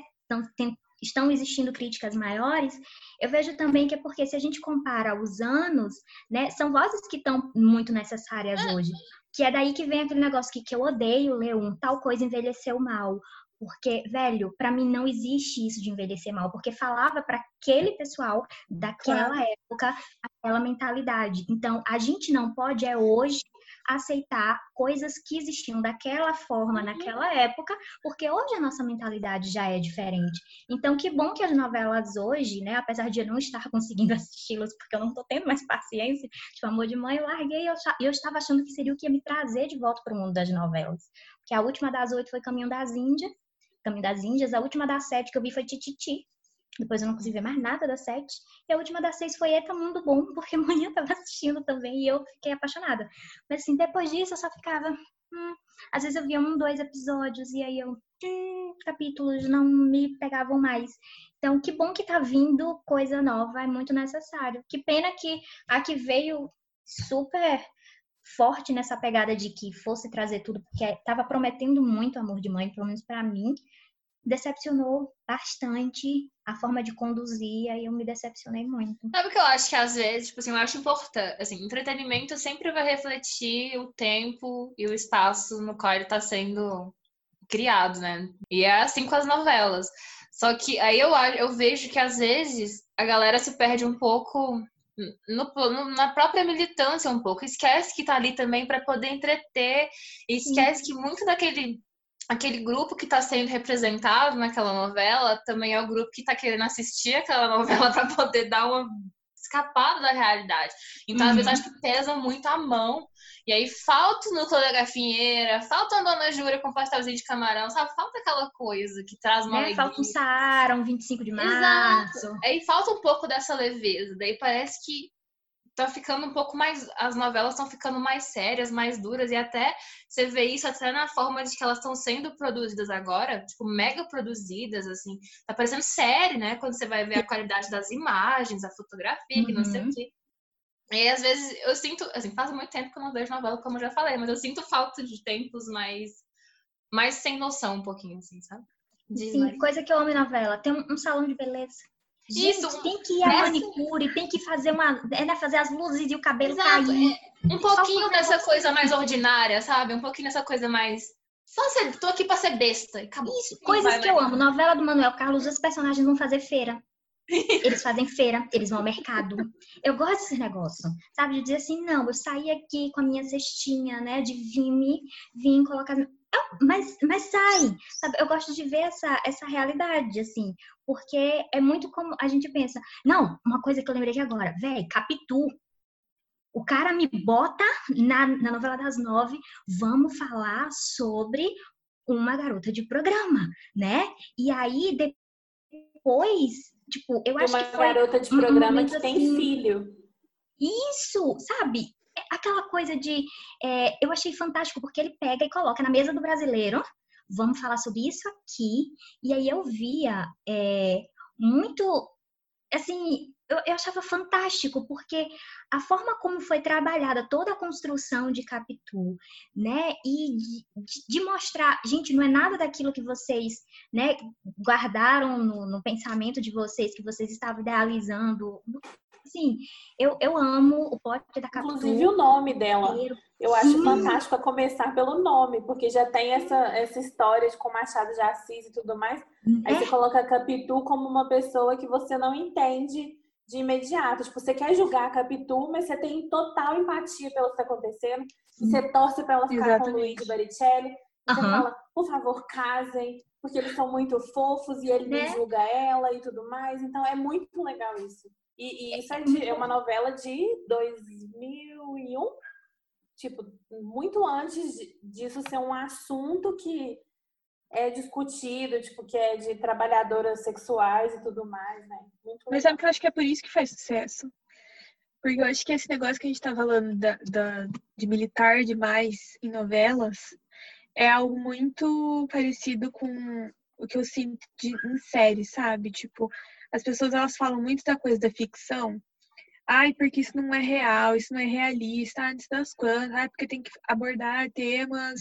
estão existindo críticas maiores, eu vejo também que é porque se a gente compara os anos, né, são vozes que estão muito necessárias hoje. Que é daí que vem aquele negócio que eu odeio ler tal coisa envelheceu mal. Porque, velho, pra mim não existe isso de envelhecer mal, porque falava pra aquele pessoal daquela época, aquela mentalidade. Então, a gente não pode hoje aceitar coisas que existiam daquela forma naquela época, porque hoje a nossa mentalidade já é diferente. Então, que bom que as novelas hoje, né, apesar de eu não estar conseguindo assisti-las, porque eu não tô tendo mais paciência, tipo, Amor de Mãe, eu larguei, eu estava achando que seria o que ia me trazer de volta pro mundo das novelas. Porque a última das 8 foi Caminho das Índias, a última das 7 que eu vi foi Tititi. Depois eu não consegui ver mais nada das 7. E a última das 6 foi Eita Mundo Bom, porque amanhã eu tava assistindo também e eu fiquei apaixonada. Mas assim, depois disso eu só ficava... Às vezes eu via 1, 2 episódios e aí capítulos não me pegavam mais. Então, que bom que tá vindo coisa nova, é muito necessário. Que pena que a que veio super forte nessa pegada de que fosse trazer tudo, porque estava prometendo muito Amor de Mãe, pelo menos para mim, decepcionou bastante a forma de conduzir, aí eu me decepcionei muito. Sabe o que eu acho que às vezes, tipo assim, eu acho importante, assim, entretenimento sempre vai refletir o tempo e o espaço no qual ele tá sendo criado, né? E é assim com as novelas. Só que aí eu vejo que às vezes a galera se perde um pouco na própria militância um pouco, esquece que tá ali também para poder entreter, e esquece que muito aquele grupo que tá sendo representado naquela novela também é o grupo que tá querendo assistir aquela novela para poder dar uma escapada da realidade. Então, às vezes, acho que pesa muito a mão. E aí, falta o núcleo da gafinheira, falta a Dona Júlia com pastelzinho de camarão, sabe? Falta aquela coisa que traz uma alegria. Falta um Saara, um 25 de março. Exato. Aí falta um pouco dessa leveza. Daí parece que tá ficando um pouco mais... As novelas estão ficando mais sérias, mais duras. E até você vê isso até na forma de que elas estão sendo produzidas agora. Tipo, mega produzidas, assim. Tá parecendo série, né? Quando você vai ver a qualidade das imagens, a fotografia, que não sei o quê. E às vezes eu sinto... Assim, faz muito tempo que eu não vejo novela, como eu já falei. Mas eu sinto falta de tempos mais sem noção um pouquinho, assim, sabe? Sim, coisa que eu amo em novela. Tem um salão de beleza. Gente, isso, tem que ir a manicure, tem que fazer fazer as luzes e o cabelo cair. Um pouquinho dessa coisa mais ordinária, sabe? Um pouquinho dessa coisa mais... tô aqui pra ser besta. Acabou. Isso, coisas que eu amo. Novela do Manuel Carlos, os personagens vão fazer feira. Eles fazem feira, eles vão ao mercado. Eu gosto desse negócio, sabe? De dizer assim, não, eu saí aqui com a minha cestinha, né? De vim colocar... Mas sai, sabe? Eu gosto de ver essa realidade, assim, porque é muito como a gente pensa. Não, uma coisa que eu lembrei de agora, véi, Capitu. O cara me bota na novela das 9, vamos falar sobre uma garota de programa, né? E aí, depois, tipo, eu De acho uma que foi garota de um programa momento que tem assim, filho. isso, sabe? Aquela coisa de. Eu achei fantástico, porque ele pega e coloca na mesa do brasileiro. Vamos falar sobre isso aqui. E aí eu via muito. Assim, eu achava fantástico, porque a forma como foi trabalhada toda a construção de Capitu, né? E de mostrar, gente, não é nada daquilo que vocês, né, guardaram no pensamento de vocês, que vocês estavam idealizando. Assim, eu amo o plot da Capitu. Inclusive o nome dela. Eu acho Sim. fantástico a começar pelo nome, porque já tem essa história de com Machado de Assis e tudo mais. Aí você coloca a Capitu como uma pessoa que você não entende de imediato. Tipo, você quer julgar a Capitu, mas você tem total empatia pelo que está acontecendo. Você torce para ela ficar com o Luigi Baricelli. Você fala, por favor, casem, porque eles são muito fofos e ele não julga ela e tudo mais. Então é muito legal isso. E isso é uma novela de 2001, tipo, muito antes disso ser um assunto que é discutido, tipo, que é de trabalhadoras sexuais e tudo mais, né? Muito Mas sabe que eu acho que é por isso que faz sucesso? Porque eu acho que esse negócio que a gente tá falando de militar demais em novelas é algo muito parecido com o que eu sinto em série, sabe? Tipo, as pessoas, elas falam muito da coisa da ficção. Ai, porque isso não é real, isso não é realista, antes das quantas. Ai, porque tem que abordar temas,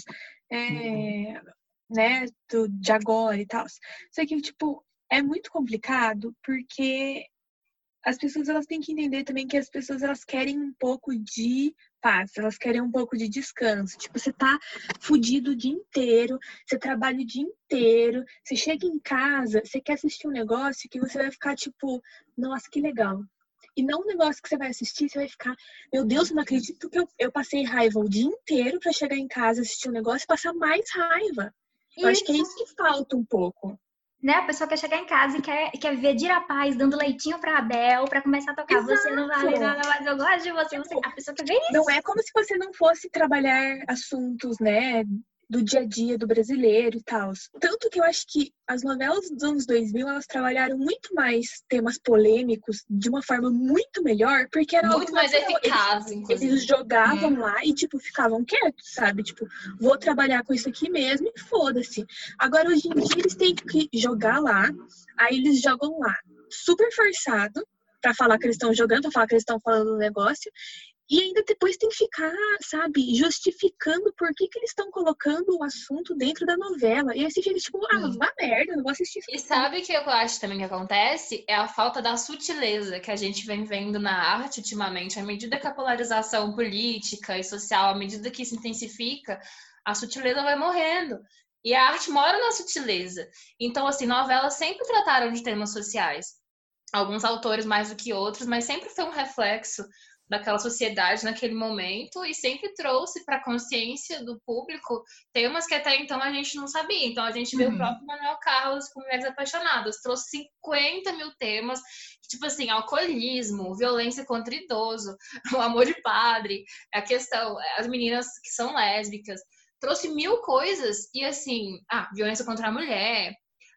né, de agora e tal. Só que, tipo, é muito complicado porque as pessoas, elas têm que entender também que as pessoas, elas querem um pouco de paz, elas querem um pouco de descanso. Tipo, você tá fudido o dia inteiro, você trabalha o dia inteiro, você chega em casa, você quer assistir um negócio que você vai ficar tipo, nossa, que legal. E não um negócio que você vai assistir, você vai ficar, meu Deus, eu não acredito que eu passei raiva o dia inteiro pra chegar em casa, assistir um negócio e passar mais raiva. Eu acho que é isso que falta um pouco. Né? A pessoa quer chegar em casa e quer ver Dira Paz dando leitinho pra Abel, pra começar a tocar. Exato. Você não vale nada, mas eu gosto de você. A pessoa quer ver isso. Não é como se você não fosse trabalhar assuntos, né, do dia a dia do brasileiro e tal. Tanto que eu acho que as novelas dos anos 2000, elas trabalharam muito mais temas polêmicos de uma forma muito melhor, porque era muito mais eficaz, inclusive. Eles jogavam lá e, tipo, ficavam quietos, sabe? Tipo, vou trabalhar com isso aqui mesmo e foda-se. Agora, hoje em dia, eles têm que jogar lá, aí eles jogam lá, super forçado, pra falar que eles estão jogando, pra falar que eles estão falando do negócio, e ainda depois tem que ficar, sabe, justificando por que eles estão colocando o assunto dentro da novela. E aí você fica tipo, vá merda, eu não vou assistir isso. E sabe o que eu acho também que acontece? É a falta da sutileza que a gente vem vendo na arte ultimamente. À medida que a polarização política e social, à medida que se intensifica, a sutileza vai morrendo. E a arte mora na sutileza. Então, assim, novelas sempre trataram de temas sociais. Alguns autores mais do que outros, mas sempre foi um reflexo daquela sociedade naquele momento e sempre trouxe para a consciência do público temas que até então a gente não sabia. Então a gente vê o próprio Manuel Carlos com Mulheres Apaixonadas, trouxe 50 mil temas, tipo assim, alcoolismo, violência contra idoso, o amor de padre, a questão, as meninas que são lésbicas, trouxe 1000 coisas e assim, violência contra a mulher,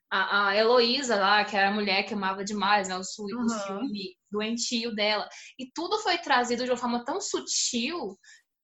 a Heloísa lá, que era a mulher que amava demais, né? O ciúme doentio dela. E tudo foi trazido de uma forma tão sutil,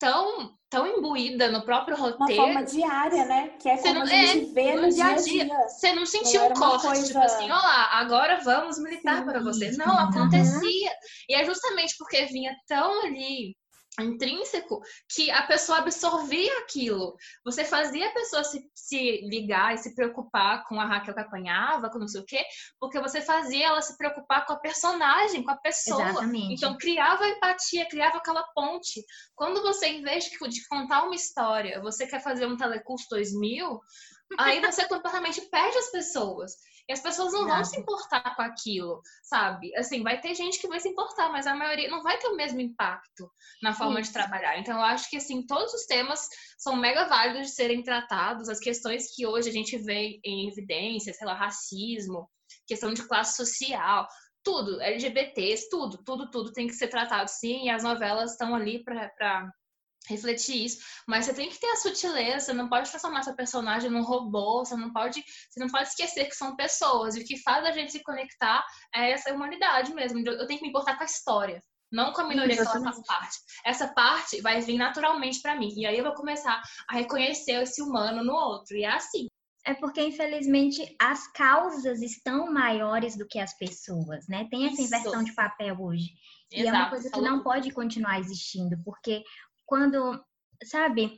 tão imbuída no próprio roteiro. Uma forma diária, né? Que é como a gente vê no dia a dia. Você não sentiu um corte, tipo assim, olá, agora vamos militar para você. Não, acontecia. E é justamente porque vinha tão ali intrínseco que a pessoa absorvia aquilo. Você fazia a pessoa se ligar e se preocupar com a Raquel que apanhava, com não sei o quê, porque você fazia ela se preocupar com a personagem, com a pessoa. Exatamente. Então criava empatia, criava aquela ponte. Quando você, em vez de contar uma história, você quer fazer um Telecurso 2000, aí você completamente perde as pessoas. E as pessoas não vão se importar com aquilo, sabe? Assim, vai ter gente que vai se importar, mas a maioria não vai ter o mesmo impacto na forma de trabalhar. Então, eu acho que, assim, todos os temas são mega válidos de serem tratados. As questões que hoje a gente vê em evidência, sei lá, racismo, questão de classe social, tudo, LGBTs, tudo tem que ser tratado, sim. E as novelas estão ali para refletir isso, mas você tem que ter a sutileza, você não pode transformar seu personagem num robô, você não pode esquecer que são pessoas, e o que faz a gente se conectar é essa humanidade mesmo. Eu tenho que me importar com a história, não com a minoria que ela faz parte. Essa parte vai vir naturalmente pra mim, e aí eu vou começar a reconhecer esse humano no outro, e é assim. É porque, infelizmente, as causas estão maiores do que as pessoas, né? Tem essa inversão de papel hoje. E é uma coisa que não pode continuar existindo, porque quando, sabe,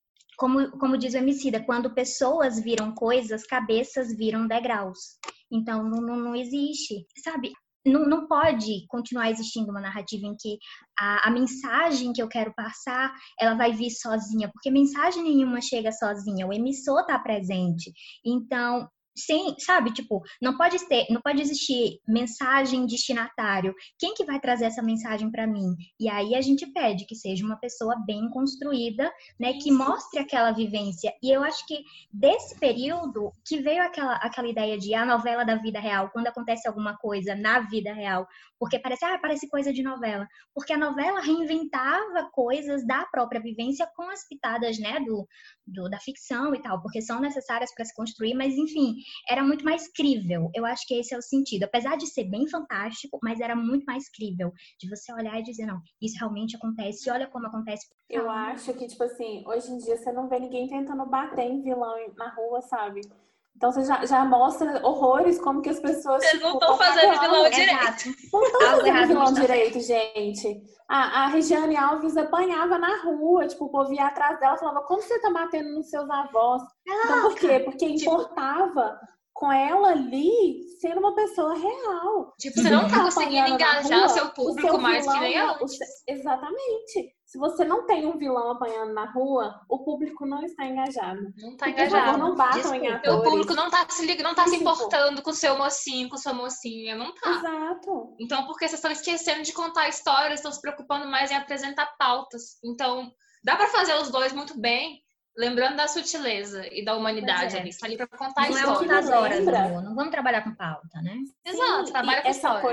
como diz o Emicida, quando pessoas viram coisas, cabeças viram degraus. Então, não existe, sabe? Não pode continuar existindo uma narrativa em que a mensagem que eu quero passar, ela vai vir sozinha, porque mensagem nenhuma chega sozinha, o emissor está presente. Então, sim, sabe, tipo, não pode existir mensagem destinatário. Quem que vai trazer essa mensagem para mim? E aí a gente pede que seja uma pessoa bem construída, né, que mostre aquela vivência. E eu acho que desse período que veio aquela ideia de a novela da vida real, quando acontece alguma coisa na vida real, porque parece coisa de novela, porque a novela reinventava coisas da própria vivência com as pitadas, né, da ficção e tal, porque são necessárias para se construir, mas enfim, era muito mais crível. Eu acho que esse é o sentido. Apesar de ser bem fantástico, mas era muito mais crível. De você olhar e dizer, não, isso realmente acontece, olha como acontece. Eu acho que, tipo assim, hoje em dia você não vê ninguém tentando bater em vilão na rua, sabe? Então você já mostra horrores, como que as pessoas... Vocês não estão fazendo vilão direito. Não estão fazendo vilão direito, gente. A Regiane Alves apanhava na rua, tipo, o povo ia atrás dela e falava, como você tá batendo nos seus avós? Então por quê? Porque importava com ela ali sendo uma pessoa real. Tipo, você não tá conseguindo engajar seu público mais que nem antes. Exatamente. Se você não tem um vilão apanhando na rua, o público não está engajado. Não tá engajado. Por favor, não batam em atores. O público não tá se ligando, não tá se importando com o seu mocinho, com sua mocinha, não tá. Exato. Então, porque vocês estão esquecendo de contar histórias, estão se preocupando mais em apresentar pautas. Então, dá pra fazer os dois muito bem, lembrando da sutileza e da humanidade ali. Está ali pra contar não histórias. Não é muitas horas, amor. Não vamos trabalhar com pauta, né? Exato, trabalha com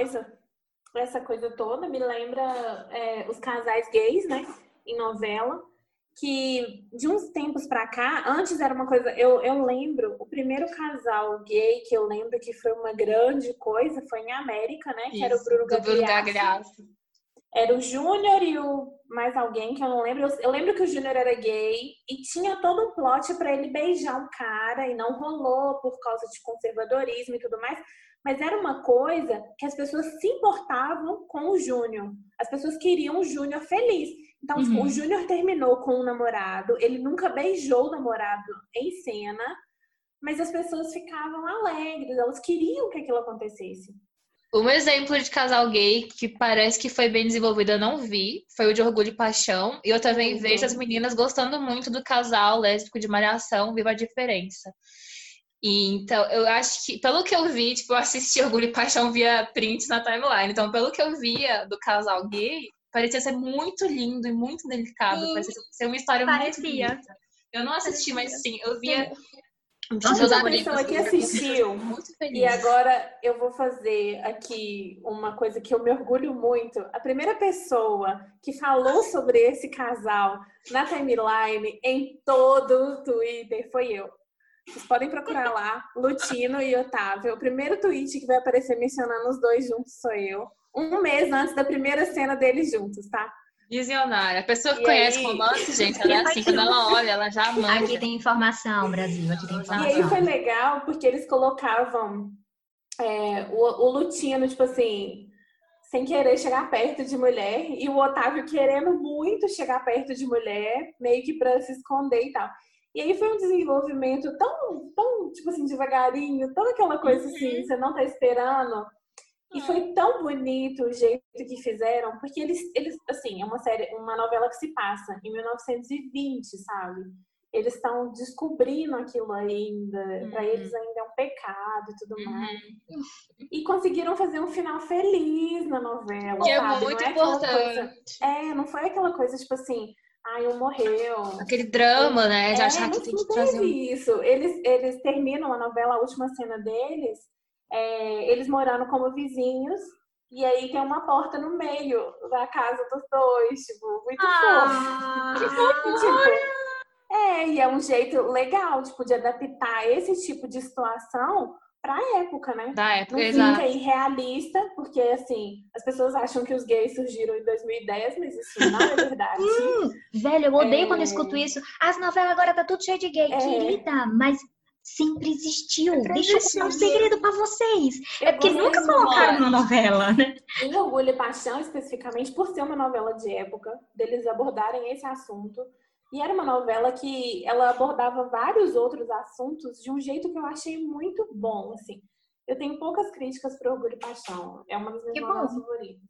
essa coisa toda me lembra os casais gays, né? Em novela, que de uns tempos pra cá, antes era uma coisa, eu lembro, o primeiro casal gay que eu lembro que foi uma grande coisa foi em América, né? Que era o Bruno Gagliasso. Era o Júnior e o mais alguém que eu não lembro. Eu lembro que o Júnior era gay e tinha todo um plot pra ele beijar um cara e não rolou por causa de conservadorismo e tudo mais. Mas era uma coisa que as pessoas se importavam com o Júnior. As pessoas queriam o Júnior feliz. Então, tipo, o Júnior terminou com um namorado, ele nunca beijou o namorado em cena, mas as pessoas ficavam alegres, elas queriam que aquilo acontecesse. Um exemplo de casal gay que parece que foi bem desenvolvido, eu não vi, foi o de Orgulho e Paixão. E eu também vejo as meninas gostando muito do casal lésbico de Malhação, Viva a Diferença. E, então, eu acho que, pelo que eu vi, tipo, eu assisti Orgulho e Paixão via prints na timeline. Então, pelo que eu via do casal gay, parecia ser muito lindo e muito delicado. Sim, parecia ser uma história muito bonita. Eu não assisti, mas sim, eu via... Meus amigos aqui assistiu. E agora eu vou fazer aqui uma coisa que eu me orgulho muito. A primeira pessoa que falou sobre esse casal na timeline em todo o Twitter foi eu. Vocês podem procurar lá, Lutino e Otávio. O primeiro tweet que vai aparecer mencionando os dois juntos sou eu. Um mês antes da primeira cena deles juntos, tá? Visionária. A pessoa que conhece romance, gente, ela é assim, quando ela olha, ela já manda. Aqui tem informação, Brasil, aqui tem informação. E aí foi legal, porque eles colocavam o Lutino, tipo assim, sem querer chegar perto de mulher, e o Otávio querendo muito chegar perto de mulher, meio que pra se esconder e tal. E aí foi um desenvolvimento tão tipo assim, devagarinho, tão aquela coisa assim, você não tá esperando. E foi tão bonito o jeito que fizeram, porque eles assim, é uma novela que se passa em 1920, sabe? Eles estão descobrindo aquilo ainda, pra eles ainda é um pecado e tudo mais. E conseguiram fazer um final feliz na novela, que sabe? É muito importante. Não foi aquela coisa tipo assim, um morreu. Aquele drama, né? De achar que tem que trazer isso. Eles terminam a novela, a última cena deles, eles morando como vizinhos E aí tem uma porta no meio da casa dos dois, tipo, muito fofo. E é um jeito legal, tipo, de adaptar esse tipo de situação pra época, né? Da época, Não exato. fica irrealista, porque, assim, as pessoas acham que os gays surgiram em 2010, mas isso não é verdade. Velho, eu odeio quando eu escuto isso. As novelas agora tá tudo cheio de gay. Querida, mas sempre existiu. Deixa eu contar um segredo pra vocês. É porque nunca colocaram na novela, né? Em Orgulho e Paixão, especificamente, por ser uma novela de época, deles abordarem esse assunto. E era uma novela que ela abordava vários outros assuntos de um jeito que eu achei muito bom, assim. Eu tenho poucas críticas para Orgulho e Paixão. É uma das minhas novelas favoritas.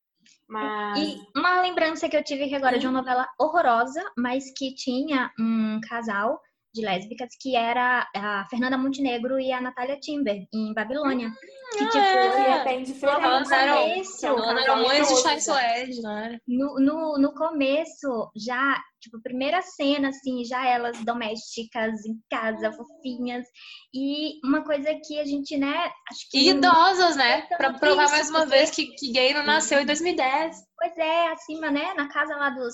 Mas... E uma lembrança que eu tive aqui agora de uma novela horrorosa, mas que tinha um casal de lésbicas que era a Fernanda Montenegro e a Natália Timber, em Babilônia. Que, tipo, é bem diferente. Elas eram mães de Charles Suede, não era? No começo, já, tipo, primeira cena, assim, já elas domésticas, em casa, fofinhas. E uma coisa que a gente, né, acho que... E idosas, né? Pra provar mais uma vez que gay não nasceu em 2010. Pois é, acima, né, na casa lá dos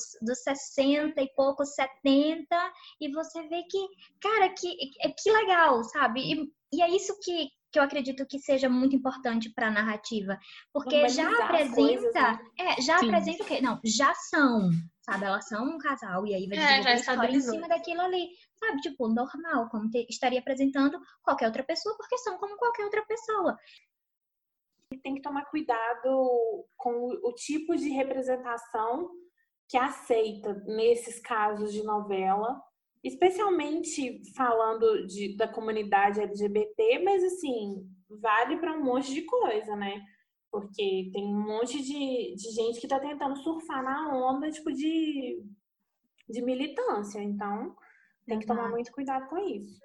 60 e poucos, 70. E você vê que, cara, que legal, sabe? E é isso que eu acredito que seja muito importante para a narrativa, porque já apresenta, coisas, né? Apresenta o quê? Não, já são, sabe? Elas são um casal e aí vai desenvolver a história em cima daquilo ali, sabe? Tipo, normal, como estaria apresentando qualquer outra pessoa, porque são como qualquer outra pessoa. Tem que tomar cuidado com o tipo de representação que aceita nesses casos de novela, especialmente falando da comunidade LGBT, mas assim, vale para um monte de coisa, né? Porque tem um monte de gente que tá tentando surfar na onda, tipo, de militância. Então, tem que tomar muito cuidado com isso.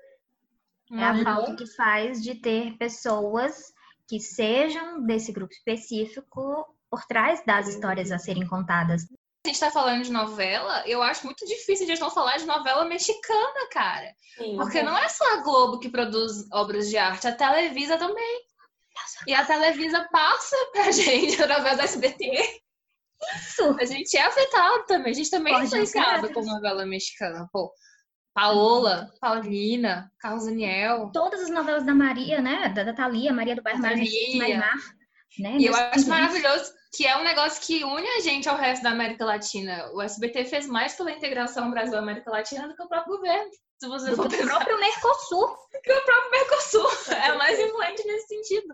É a falta que faz de ter pessoas que sejam desse grupo específico por trás das histórias a serem contadas. A gente tá falando de novela, eu acho muito difícil de não falar de novela mexicana, cara. Sim, porque não é só a Globo que produz obras de arte, a Televisa também. E a Televisa passa pra gente através da SBT. Isso! A gente é afetado também, a gente também é influenciado com novela mexicana. Pô, Paola, Paulina, Carlos Daniel. Todas as novelas da Maria, né? Da Thalia, Maria do Bairro, Marimar. Né? E eu acho maravilhoso que é um negócio que une a gente ao resto da América Latina. O SBT fez mais pela integração Brasil-América Latina do que o próprio governo. Se você for pensar. O próprio Mercosul. Que o próprio Mercosul. É mais influente nesse sentido.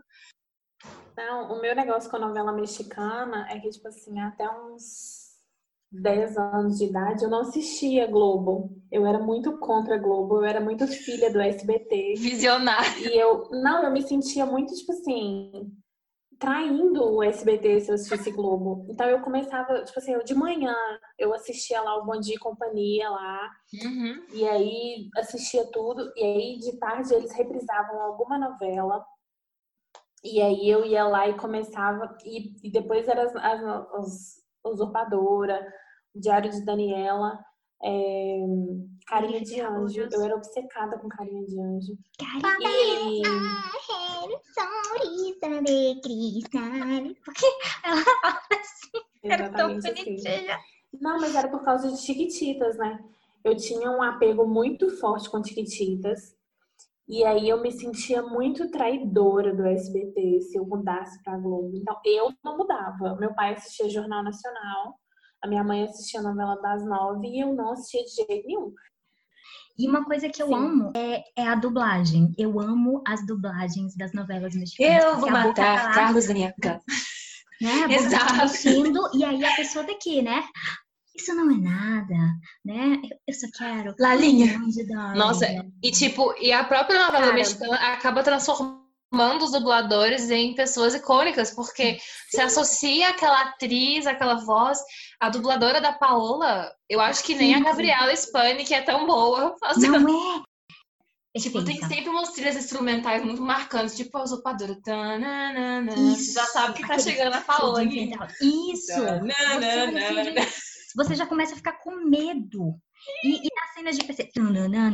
Não, o meu negócio com a novela mexicana é que, tipo assim, até uns 10 anos de idade eu não assistia Globo. Eu era muito contra a Globo, eu era muito filha do SBT. Visionária. E eu me sentia muito, tipo assim, traindo o SBT se eu assistisse Globo. Então eu começava, tipo assim, de manhã eu assistia lá o Bom Dia e Companhia lá. E aí assistia tudo. E aí de tarde eles reprisavam alguma novela. E aí eu ia lá e começava. E depois era as Usurpadora, Diário de Daniela, Carinha de Anjo. Eu era obcecada com Carinha de Anjo. Porque ela fala assim, era tão bonitinha. Não, mas era por causa de Chiquititas, né? Eu tinha um apego muito forte com Chiquititas. E aí eu me sentia muito traidora do SBT se eu mudasse pra Globo. Então eu não mudava. Meu pai assistia Jornal Nacional, a minha mãe assistia a novela das 9 e eu não assistia de jeito nenhum. E uma coisa que eu amo é a dublagem. Eu amo as dublagens das novelas mexicanas. Eu vou matar Carlos Daniel. Né? Exato. E aí a pessoa daqui, né? Isso não é nada, né? Eu só quero... Lalinha. Nossa, e a própria novela mexicana acaba transformando os dubladores em pessoas icônicas, porque se associa aquela atriz, aquela voz. A dubladora da Paola, eu acho que nem a Gabriela Spani, que é tão boa. Não é? Tipo, tem sempre umas trilhas instrumentais muito marcantes, tipo a usurpadora. Isso. Já sabe que tá chegando a Paola aqui. Isso! você já começa a ficar com medo. E nas cenas de perseguição,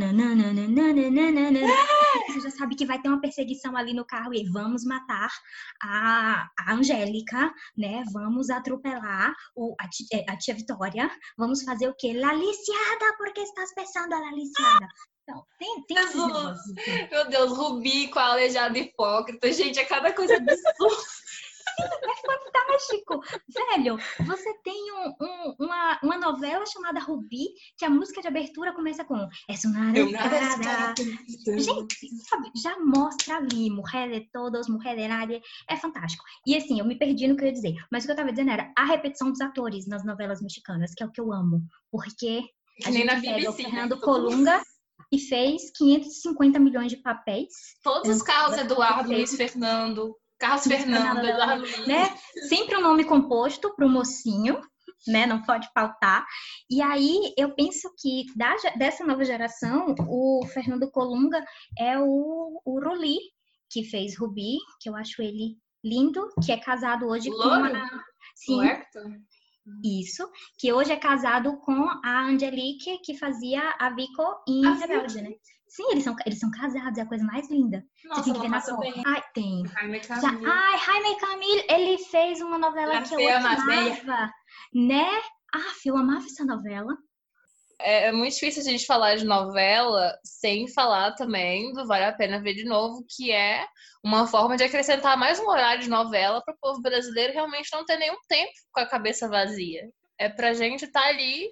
você já sabe que vai ter uma perseguição ali no carro e vamos matar a Angélica, né? Vamos atropelar a tia Vitória. Vamos fazer o quê? La lisiada, porque estás pensando a la lisiada. Então, tem esses negócios. Assim. Meu Deus, Rubi com a aleijada hipócrita. Gente, é cada coisa absurda. É fantástico! Velho, você tem uma novela chamada Rubi, que a música de abertura começa com "Es una arrasada". Gente, sabe, já mostra ali, mulher de todos, mulher de nadie. É fantástico. E assim, eu me perdi no que eu ia dizer. Mas o que eu tava dizendo era a repetição dos atores nas novelas mexicanas, que é o que eu amo. Porque a Nem gente na pega BBC, o Fernando né? Colunga e fez 550 milhões de papéis. Todos os Carlos Eduardo, Luiz Fernando, Carlos Fernando, Eduardo Luiz. Né? Sempre um nome composto pro mocinho, né? Não pode faltar. E aí, eu penso que dessa nova geração, o Fernando Colunga é o Ruli, que fez Rubi, que eu acho ele lindo, que é casado hoje com Louro? Sim, O Hector? isso. Que hoje é casado com a Angelique, que fazia a Vico em Ah, Rebelde, né? Sim, eles são casados, é a coisa mais linda. Nossa, Você tem que ver na nossa, foto. bem. Ai, tem. Jaime Já, Camil. Jaime Camil, ele fez uma novela La que eu Fea Más amava, né? Eu amava essa novela. É muito difícil a gente falar de novela sem falar também do Vale a Pena Ver de Novo, que é uma forma de acrescentar mais um horário de novela para o povo brasileiro realmente não ter nenhum tempo com a cabeça vazia. É pra gente estar ali,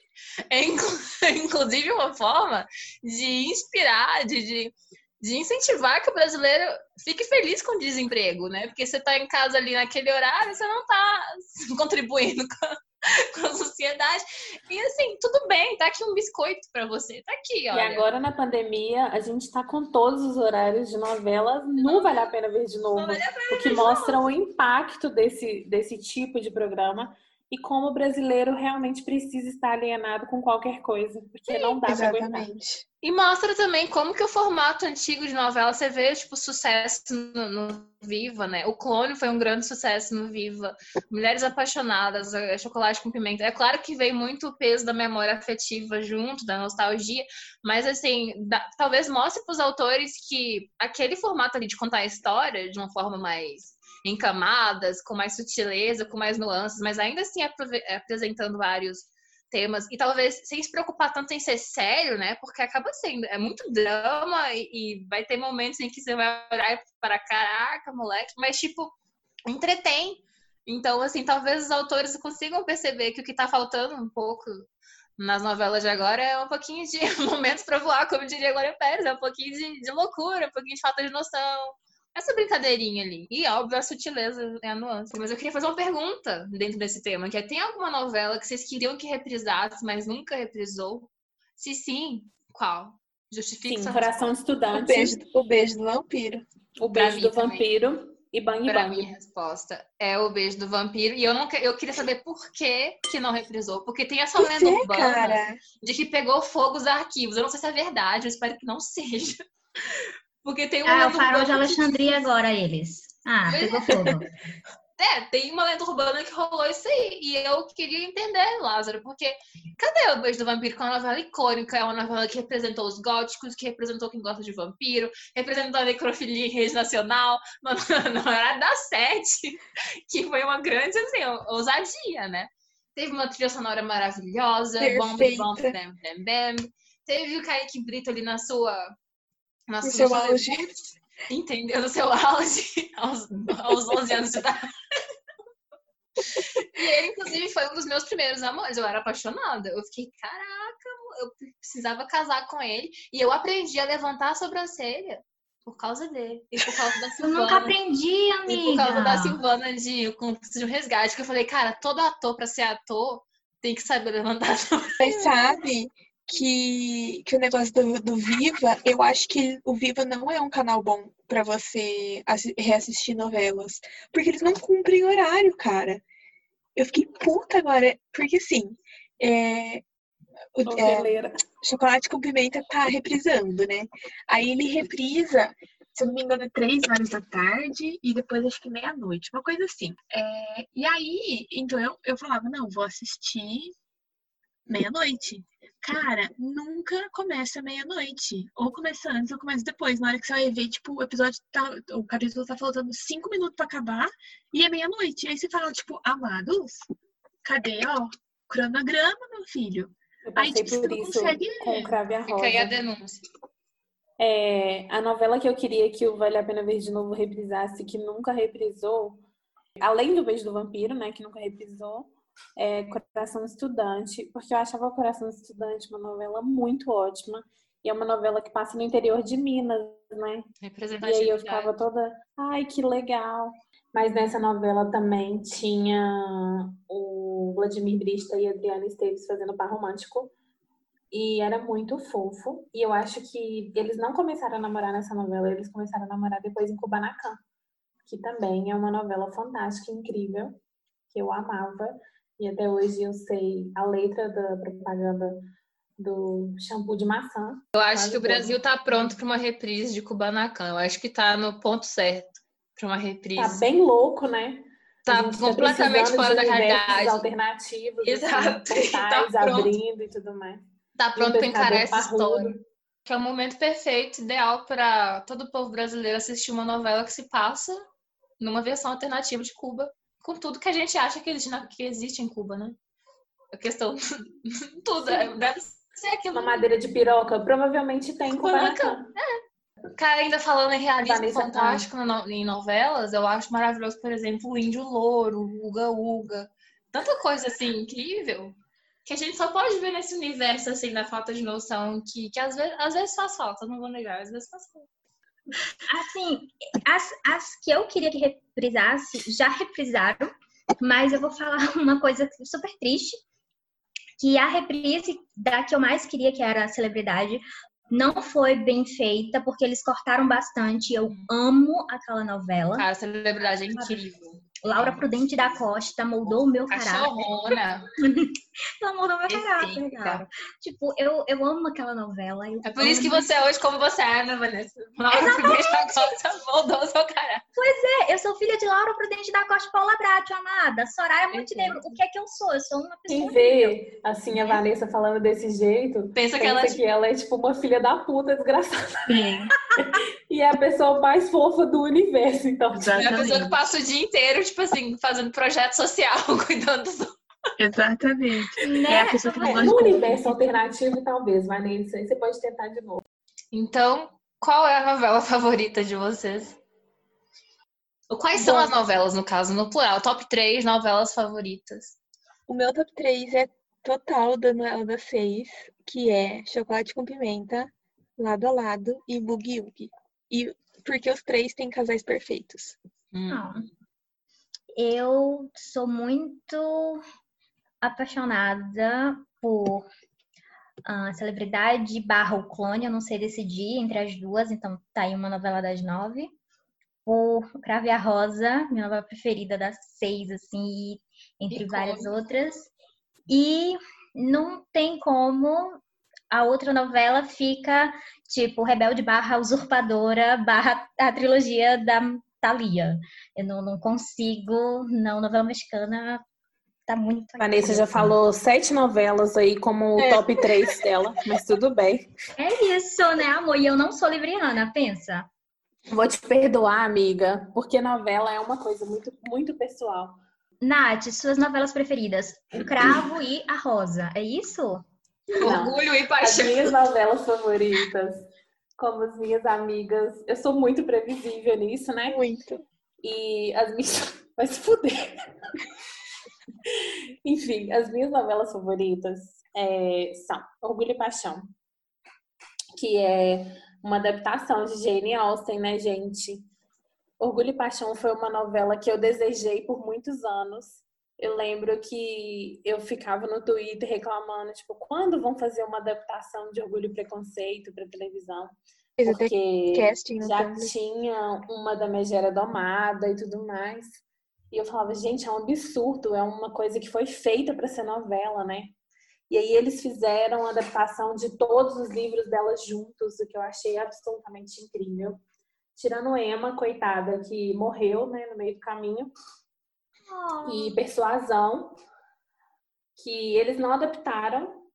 inclusive uma forma de inspirar, de incentivar que o brasileiro fique feliz com o desemprego, né? Porque você tá em casa ali naquele horário, você não tá contribuindo com a sociedade. E assim, tudo bem, tá aqui um biscoito pra você. Tá aqui, olha. E agora na pandemia, a gente tá com todos os horários de novela, não vale a pena ver de novo. O que mostra o impacto desse tipo de programa e como o brasileiro realmente precisa estar alienado com qualquer coisa, porque não dá pra aguentar. Exatamente. E mostra também como que o formato antigo de novela, você vê, tipo, sucesso no Viva, né? O Clone foi um grande sucesso no Viva. Mulheres Apaixonadas, Chocolate com Pimenta. É claro que veio muito o peso da memória afetiva junto, da nostalgia, mas, assim, talvez mostre pros autores que aquele formato ali de contar a história de uma forma mais em camadas, com mais sutileza, com mais nuances, mas ainda assim apresentando vários temas, e talvez sem se preocupar tanto em ser sério, né? Porque acaba sendo, é muito drama e vai ter momentos em que você vai olhar para caraca, moleque, mas tipo, entretém. Então, assim, talvez os autores consigam perceber que o que tá faltando um pouco nas novelas de agora é um pouquinho de momentos para voar, como diria Glória Pérez, é um pouquinho de loucura, um pouquinho de falta de noção. Essa brincadeirinha ali. E, óbvio, a sutileza é a nuance. Mas eu queria fazer uma pergunta dentro desse tema, que é, tem alguma novela que vocês queriam que reprisasse, mas nunca reprisou? Se sim, qual? Justifique Sim, sua Coração de Estudante, O beijo do vampiro. O Pra Beijo mim do também. Vampiro e Bang Pra Bang. minha resposta é O Beijo do Vampiro. E eu queria saber por que não reprisou. Porque tem essa lenda urbana Cara. de que pegou fogo os arquivos. Eu não sei se é verdade, eu espero que não seja. Porque tem uma O lenda Farol de urbana Alexandria agora, eles. Pegou fogo. tem uma lenda urbana que rolou isso aí. E eu queria entender, Lázaro, porque cadê O Beijo do Vampiro? Que é uma novela icônica, é uma novela que representou os góticos, que representou quem gosta de vampiro, representou a necrofilia em rede nacional, no horário das 7, que foi uma grande, assim, ousadia, né? Teve uma trilha sonora maravilhosa, Bomb, Bomb, Bam, Bam, Bam. Teve o Kaique Brito ali na sua... No seu auge. Entendeu? No seu auge, aos 11 anos de idade. E ele, inclusive, foi um dos meus primeiros amores. Eu era apaixonada. Eu fiquei, caraca, eu precisava casar com ele. E eu aprendi a levantar a sobrancelha por causa dele. E por causa da Eu Silvana. nunca aprendi, amiga. E por causa da Silvana de Cúmplice de um Resgate. Que eu falei, cara, todo ator, pra ser ator, tem que saber levantar a sobrancelha. Mas sabe que o negócio do Viva, eu acho que o Viva não é um canal bom pra você reassistir novelas. Porque eles não cumprem horário, cara. Eu fiquei puta agora, porque assim, Noveleira. Chocolate com Pimenta tá reprisando, né? Aí ele reprisa, se eu não me engano, 3 horas da tarde e depois acho que meia-noite, uma coisa assim. E aí, então eu falava, não, vou assistir meia-noite. Cara, nunca começa meia-noite. Ou começa antes ou começa depois. Na hora que você vai ver, tipo, o capítulo tá faltando 5 minutos pra acabar e é meia-noite. E aí você fala, tipo, amados, cadê, ó, cronograma, meu filho? Eu Aí, passei tipo, você por não isso consegue. com o Cravo e a Fica aí a Rosa. denúncia. A novela que eu queria que o Vale a Pena Ver de Novo reprisasse, que nunca reprisou, além do Beijo do Vampiro, né, que nunca reprisou, é Coração Estudante, porque eu achava Coração Estudante uma novela muito ótima. E é uma novela que passa no interior de Minas, né? E aí eu ficava toda, ai, que legal. Mas nessa novela também tinha o Vladimir Brista e a Adriana Esteves fazendo par romântico. E era muito fofo. E eu acho que eles não começaram a namorar nessa novela, eles começaram a namorar depois em Kubanacan, que também é uma novela fantástica, incrível, que eu amava. E até hoje eu sei a letra da propaganda do shampoo de maçã. Eu acho que o Brasil tá pronto para uma reprise de Kubanacan. Eu acho que tá no ponto certo para uma reprise. Tá bem louco, né? Tá completamente fora da realidade. Alternativos, exato. assim, portais tá abrindo e tudo mais. Tá pronto para encarar essa parrudo. história. Que é o momento perfeito, ideal para todo o povo brasileiro assistir uma novela que se passa numa versão alternativa de Cuba, com tudo que a gente acha que existe em Cuba, né? A questão tudo deve ser aquilo. Uma madeira de piroca provavelmente tem em Kubanacan. Cara, ainda falando em realismo fantástico em novelas, eu acho maravilhoso, por exemplo, o Índio Louro, o Uga Uga. Tanta coisa assim incrível que a gente só pode ver nesse universo assim da falta de noção que às vezes faz falta, não vou negar, às vezes faz falta. Assim, as que eu queria que reprisasse já reprisaram, mas eu vou falar uma coisa super triste, que a reprise da que eu mais queria, que era a Celebridade, não foi bem feita, porque eles cortaram bastante. Eu amo aquela novela. Cara, a Celebridade é incrível. Laura Prudente da Costa moldou o meu caráter. Cachorrona. Ela moldou o meu caráter, cara. Tipo, eu amo aquela novela. É por isso que você é hoje como você é, né, Vanessa? Laura Prudente da Costa moldou o seu caráter. Pois é, eu sou filha de Laura Prudente da Costa e Paula Bratio, amada. Soraya Montenegro. O que é que eu sou? Eu sou uma pessoa... Quem vê, assim, a Vanessa falando desse jeito, pensa que ela é tipo uma filha da puta desgraçada. Sim. E é a pessoa mais fofa do universo, então. Exatamente. É a pessoa que passa o dia inteiro, tipo assim, fazendo projeto social, cuidando dos outros. Exatamente. Né? É a pessoa que não gosta no universo alternativo, talvez, Vanessa. Aí você pode tentar de novo. Então, qual é a novela favorita de vocês? Ou quais são as novelas, no caso, no plural? Top 3 novelas favoritas. O meu top 3 é total da novela das 6, que é Chocolate com Pimenta, Lado a Lado e Boogie Woogie. E porque os 3 têm casais perfeitos. Não. Eu sou muito apaixonada por Celebridade / O Clone. Eu não sei decidir entre as duas, então tá aí uma novela das 9. Por Cravo e a Rosa, minha novela preferida das 6, assim, entre várias outras. E não tem como... A outra novela fica, tipo, Rebelde / Usurpadora / a trilogia da Thalia. Eu não consigo, não. Novela mexicana tá muito... Vanessa já falou 7 novelas aí como o top 3 dela, mas tudo bem. É isso, né, amor? E eu não sou libriana, pensa. Vou te perdoar, amiga, porque novela é uma coisa muito, muito pessoal. Nath, suas novelas preferidas? O Cravo e a Rosa, é isso? Orgulho e Paixão. As minhas novelas favoritas, como as minhas amigas, eu sou muito previsível nisso, né? Muito. E as minhas... Vai se fuder. Enfim, as minhas novelas favoritas são Orgulho e Paixão, que é uma adaptação de Jane Austen, né, gente? Orgulho e Paixão foi uma novela que eu desejei por muitos anos. Eu lembro que eu ficava no Twitter reclamando, tipo, quando vão fazer uma adaptação de Orgulho e Preconceito para televisão? Porque já tinha uma da Megera Domada e tudo mais. E eu falava, gente, é um absurdo, é uma coisa que foi feita para ser novela, né? E aí eles fizeram a adaptação de todos os livros delas juntos, o que eu achei absolutamente incrível. Tirando Emma, coitada, que morreu, né, no meio do caminho. E Persuasão, que eles não adaptaram,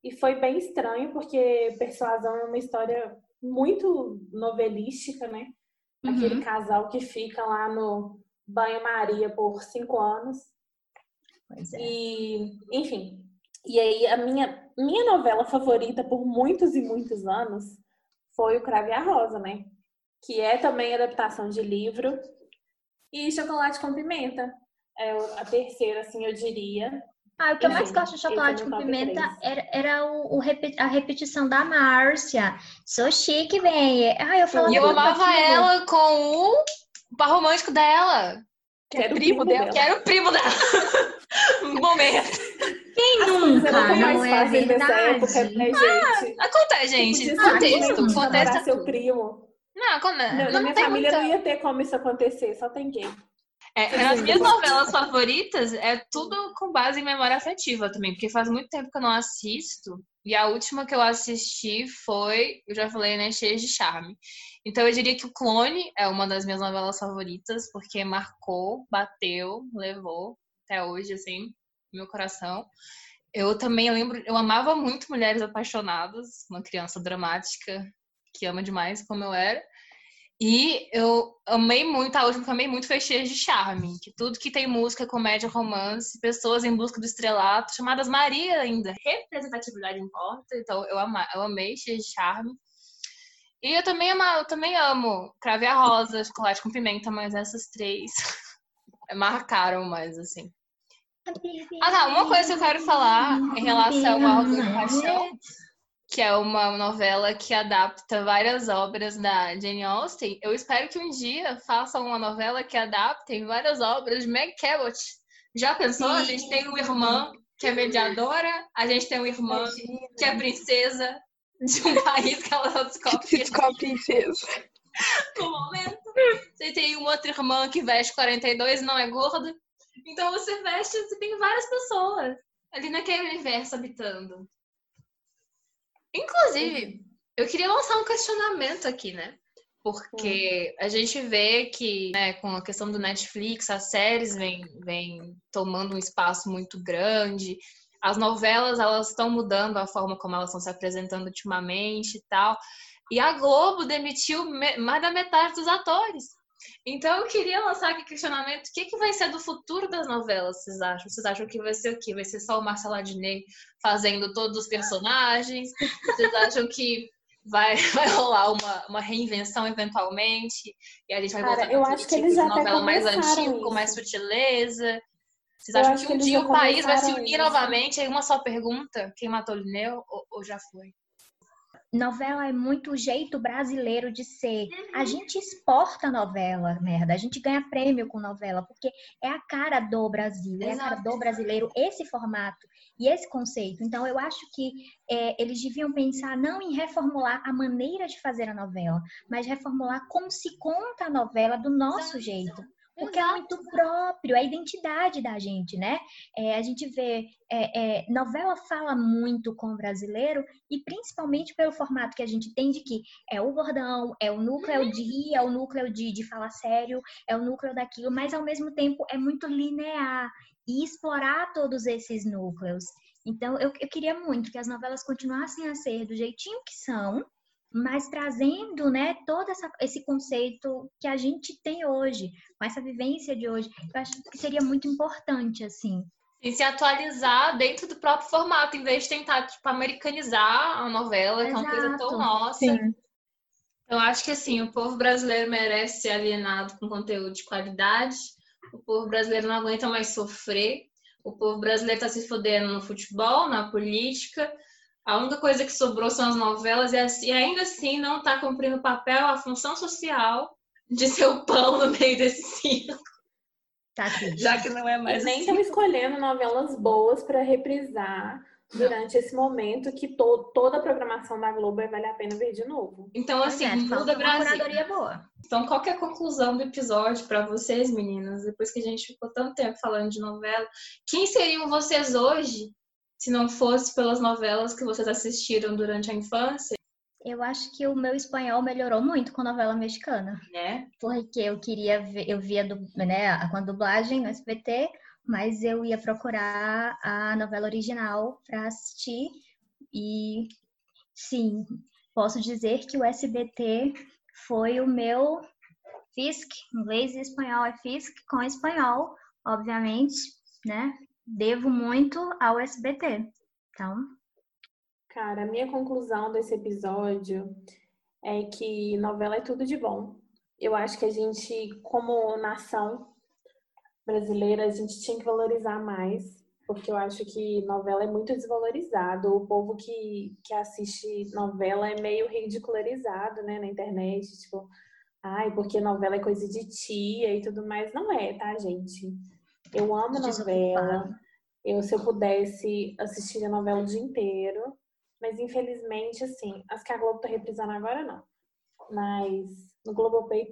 E foi bem estranho, porque Persuasão é uma história muito novelística, né? Aquele casal que fica lá no banho-maria por 5 anos. Pois é. E, enfim. E aí, a minha novela favorita por muitos e muitos anos foi o Cravo e a Rosa, né? Que é também adaptação de livro. E Chocolate com Pimenta. É a terceira, assim, eu diria. O que eu mais Enfim, gosto de Chocolate esse é com meu top Pimenta 3. era a repetição da Márcia. Sou chique, bem. Eu falava E eu tanto amava aquilo. ela com o par romântico dela. Que é primo dela. Que era o primo dela. Um momento. Quem As coisas nunca? eram tão Não mais é fáceis nessa época, verdade? né, gente? Acontece, gente. Podia Contexto. simplesmente Contexto namorar é seu tudo. primo. Não, Na minha tem família muita... não ia ter como isso acontecer, só tem gay. Nas minhas novelas favoritas, é tudo com base em memória afetiva também, porque faz muito tempo que eu não assisto. E a última que eu assisti foi, eu já falei, né, Cheias de Charme. Então eu diria que o Clone é uma das minhas novelas favoritas, porque marcou, bateu, levou até hoje, assim, no meu coração. Eu também lembro, eu amava muito Mulheres Apaixonadas, uma criança dramática que ama demais como eu era. E eu amei muito, a última que eu amei muito foi Cheias de Charme, que tudo que tem música, comédia, romance, pessoas em busca do estrelato, chamadas Maria ainda. Representatividade importa, então eu amei Cheias de Charme. E eu também amo Cravo e a Rosa, Chocolate com Pimenta, mas essas três marcaram mais, assim. Uma coisa que eu quero falar em relação ao Orgulho e Paixão, que é uma novela que adapta várias obras da Jane Austen. Eu espero que um dia façam uma novela que adaptem várias obras de Meg Cabot. Já pensou? A gente tem uma irmã que é mediadora, a gente tem uma irmã que é princesa de um país que ela não descobre princesa. no momento. Você tem uma outra irmã que veste 42 e não é gorda. Então você tem várias pessoas ali naquele universo habitando. Inclusive, eu queria lançar um questionamento aqui, né? Porque a gente vê que, né, com a questão do Netflix, as séries vêm tomando um espaço muito grande. As novelas, elas estão mudando a forma como elas estão se apresentando ultimamente e tal. E a Globo demitiu mais da metade dos atores. Então, eu queria lançar aqui questionamento. O que vai ser do futuro das novelas, vocês acham? Vocês acham que vai ser o quê? Vai ser só o Marcelo Adnet fazendo todos os personagens? Vocês acham que vai rolar uma reinvenção eventualmente? E a gente vai voltar eu para acho aquele que tipo eles de já até novela mais começaram antigo, com mais isso. sutileza? Vocês Eu acham acho que que um eles dia já o país vai se começaram unir isso. novamente? Aí uma só pergunta, quem matou Linneu ou já foi? Novela é muito o jeito brasileiro de ser. A gente exporta novela, merda. A gente ganha prêmio com novela, porque é a cara do Brasil, é a cara do brasileiro esse formato e esse conceito. Então, eu acho que eles deviam pensar não em reformular a maneira de fazer a novela, mas reformular como se conta a novela do nosso jeito. Porque é muito próprio, é a identidade da gente, né? A gente vê, novela fala muito com o brasileiro e principalmente pelo formato que a gente tem de que é o bordão, é o núcleo de rir, é o núcleo de falar sério, é o núcleo daquilo, mas ao mesmo tempo é muito linear e explorar todos esses núcleos. Então, eu queria muito que as novelas continuassem a ser do jeitinho que são, mas trazendo, né, todo esse conceito que a gente tem hoje, com essa vivência de hoje. Eu acho que seria muito importante, assim. E se atualizar dentro do próprio formato, em vez de tentar, tipo, americanizar a novela, que é uma coisa tão nossa. Sim. Eu acho que, assim, o povo brasileiro merece ser alienado com conteúdo de qualidade. O povo brasileiro não aguenta mais sofrer. O povo brasileiro tá se fodendo no futebol, na política. A única coisa que sobrou são as novelas e ainda assim não está cumprindo o papel, a função social de ser o pão no meio desse circo. Tá triste. Já que não é mais E nem assim. estão escolhendo novelas boas para reprisar durante esse momento que toda a programação da Globo vale a pena ver de novo. Então, assim, muda falta uma Brasil. curadoria boa. Então, qual que é a conclusão do episódio para vocês, meninas? Depois que a gente ficou tanto tempo falando de novela, quem seriam vocês hoje se não fosse pelas novelas que vocês assistiram durante a infância? Eu acho que o meu espanhol melhorou muito com novela mexicana. Né? Porque eu via com a dublagem no SBT, mas eu ia procurar a novela original para assistir. E sim, posso dizer que o SBT foi o meu FISC, inglês e espanhol é FISC com espanhol, obviamente, né? Devo muito ao SBT. Então, Cara, a minha conclusão desse episódio é que novela é tudo de bom. Eu acho que a gente, como nação brasileira, a gente tinha que valorizar mais, porque eu acho que novela é muito desvalorizado. O povo que assiste novela é meio ridicularizado, né, na internet, tipo, ai, porque novela é coisa de tia e tudo mais. Não é, tá, gente? Eu amo novela. Se eu pudesse, assistiria novela o dia inteiro. Mas, infelizmente, assim, as que a Globo tá reprisando agora, não. Mas no Globoplay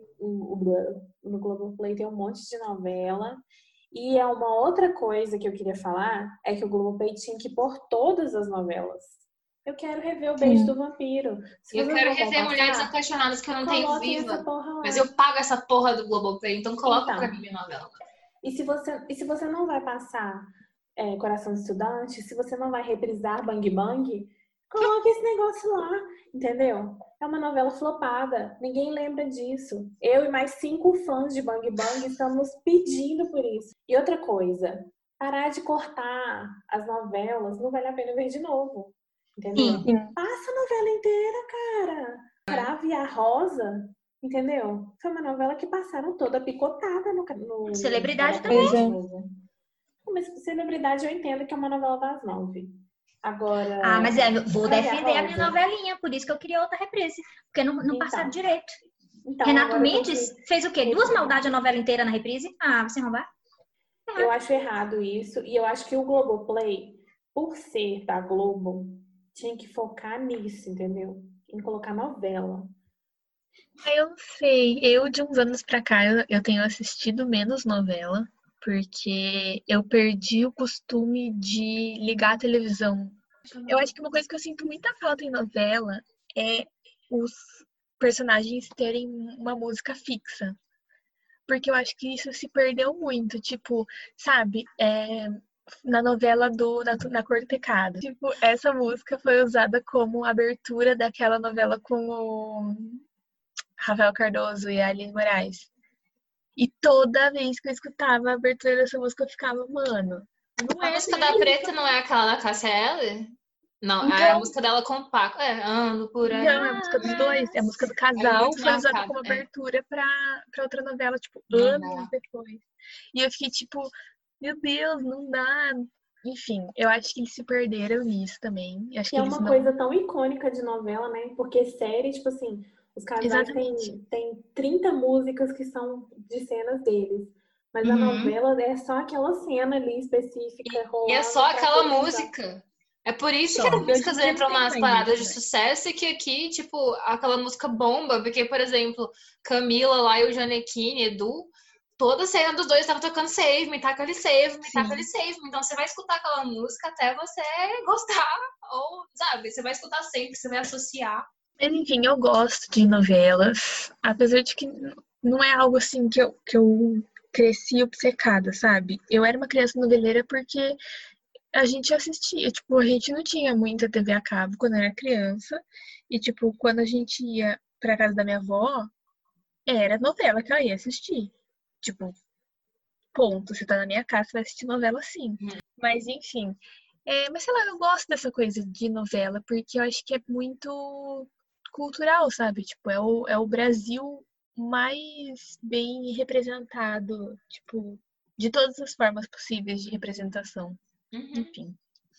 tem um monte de novela. E é uma outra coisa que eu queria falar, é que o Globoplay tinha que pôr todas as novelas. Eu quero rever o Beijo do Vampiro. Eu quero rever Mulheres Apaixonadas, que eu não tenho viva. Mas eu pago essa porra do Globoplay, então coloca pra mim a novela. E se você não vai passar Coração de Estudante, se você não vai reprisar Bang Bang, coloca esse negócio lá, entendeu? É uma novela flopada, ninguém lembra disso. Eu e mais 5 fãs de Bang Bang estamos pedindo por isso. E outra coisa, parar de cortar as novelas, não vale a pena ver de novo, entendeu? Sim. Passa a novela inteira, cara. Cravo e a Rosa, entendeu? Foi uma novela que passaram toda picotada no Celebridade também. Mas Celebridade eu entendo que é uma novela das 9. Agora. Mas vou defender a minha novelinha, por isso que eu queria outra reprise. Porque não passaram direito. Então, Renato Mendes fez o quê? 2 maldades a novela inteira na reprise? Você roubar? Eu acho errado isso. E eu acho que o Globoplay, por ser da Globo, tinha que focar nisso, entendeu? Em colocar novela. Eu não sei. Eu, de uns anos pra cá, eu tenho assistido menos novela. Porque eu perdi o costume de ligar a televisão. Eu acho que uma coisa que eu sinto muita falta em novela é os personagens terem uma música fixa. Porque eu acho que isso se perdeu muito. Tipo, sabe, na novela Na Cor do Pecado. Tipo, essa música foi usada como abertura daquela novela com o Rafael Cardoso e a Aline Moraes. E toda vez que eu escutava a abertura dessa música, eu ficava, mano, não A é música da Preta não é aquela da Cássia Eller? Não, Então, é a música dela com o Paco. Ando por aí. Não, é a música dos dois. É a música do casal, muito foi usada marcado, como abertura pra outra novela, tipo, Não anos dá. depois. E eu fiquei tipo, meu Deus, não dá. Enfim, eu acho que eles se perderam nisso também. Eu acho Que que é eles uma não... coisa tão icônica de novela, né? Porque série, tipo assim, os casais Exatamente. têm 30 músicas que são de cenas deles. Mas a Uhum. novela é só aquela cena ali específica rolando. E é só pra aquela televisão. música. É por isso Só. que as E hoje em músicas dia entram não tem nas mais paradas de isso, né? sucesso e que aqui, tipo, aquela música bomba. Porque, por exemplo, Camila lá e o Janequine, Edu, toda cena dos dois tava tocando Save Me, taca ele Save Me, taca ele Save Me. Então você vai escutar aquela música até você gostar. Ou, sabe, você vai escutar sempre, você vai associar. Mas enfim, eu gosto de novelas, apesar de que não é algo assim que eu cresci obcecada, sabe? Eu era uma criança noveleira porque a gente assistia, tipo, a gente não tinha muita TV a cabo quando era criança. E, tipo, quando a gente ia pra casa da minha avó, era novela que ela ia assistir. Tipo, ponto. Você tá na minha casa, você vai assistir novela sim. Mas, enfim. Mas sei lá, eu gosto dessa coisa de novela, porque eu acho que é muito cultural, sabe? Tipo, é o Brasil mais bem representado, tipo, de todas as formas possíveis de representação. Enfim.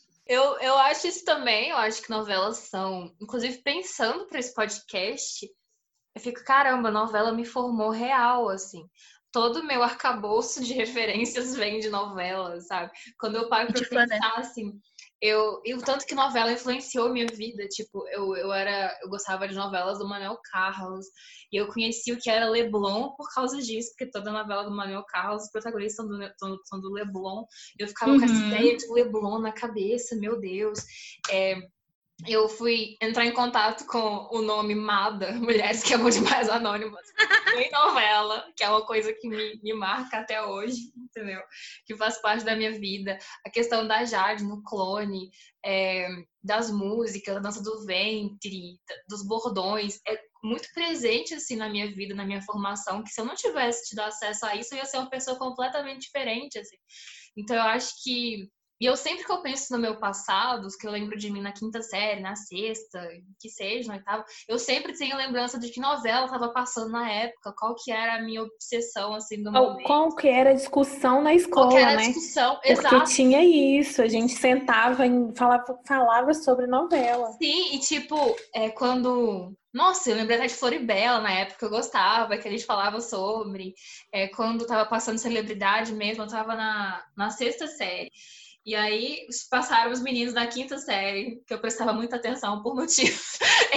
Eu acho isso também, eu acho que novelas são... Inclusive, pensando para esse podcast, eu fico, caramba, a novela me formou real, assim. Todo o meu arcabouço de referências vem de novelas, sabe? Quando eu paro pra pensar, assim... E o tanto que novela influenciou minha vida, tipo, eu gostava de novelas do Manuel Carlos, e eu conheci o que era Leblon por causa disso, porque toda novela do Manuel Carlos, os protagonistas são do Leblon, eu ficava com essa ideia de Leblon na cabeça, meu Deus. Eu fui entrar em contato com o nome Mada, Mulheres que Amam Demais Anônimas, em novela, que é uma coisa que me marca até hoje, entendeu? Que faz parte da minha vida. A questão da Jade no Clone, das músicas, da dança do ventre, dos bordões, é muito presente, assim, na minha vida, na minha formação, que se eu não tivesse tido acesso a isso, eu ia ser uma pessoa completamente diferente, assim. Então, eu acho que... E eu sempre que eu penso no meu passado, os que eu lembro de mim na quinta série, na sexta, que seja, na oitava, eu sempre tenho lembrança de que novela estava passando na época, qual que era a minha obsessão, assim, do momento. Qual que era a discussão na Qual escola, que era a né? discussão, Porque exato. tinha isso, a gente sentava e falava sobre novela. Sim, e tipo, quando... Nossa, eu lembrei até de Floribela, na época que eu gostava, que a gente falava sobre. Quando tava passando celebridade mesmo, eu tava na sexta série. E aí passaram os meninos da quinta série, que eu prestava muita atenção por motivos.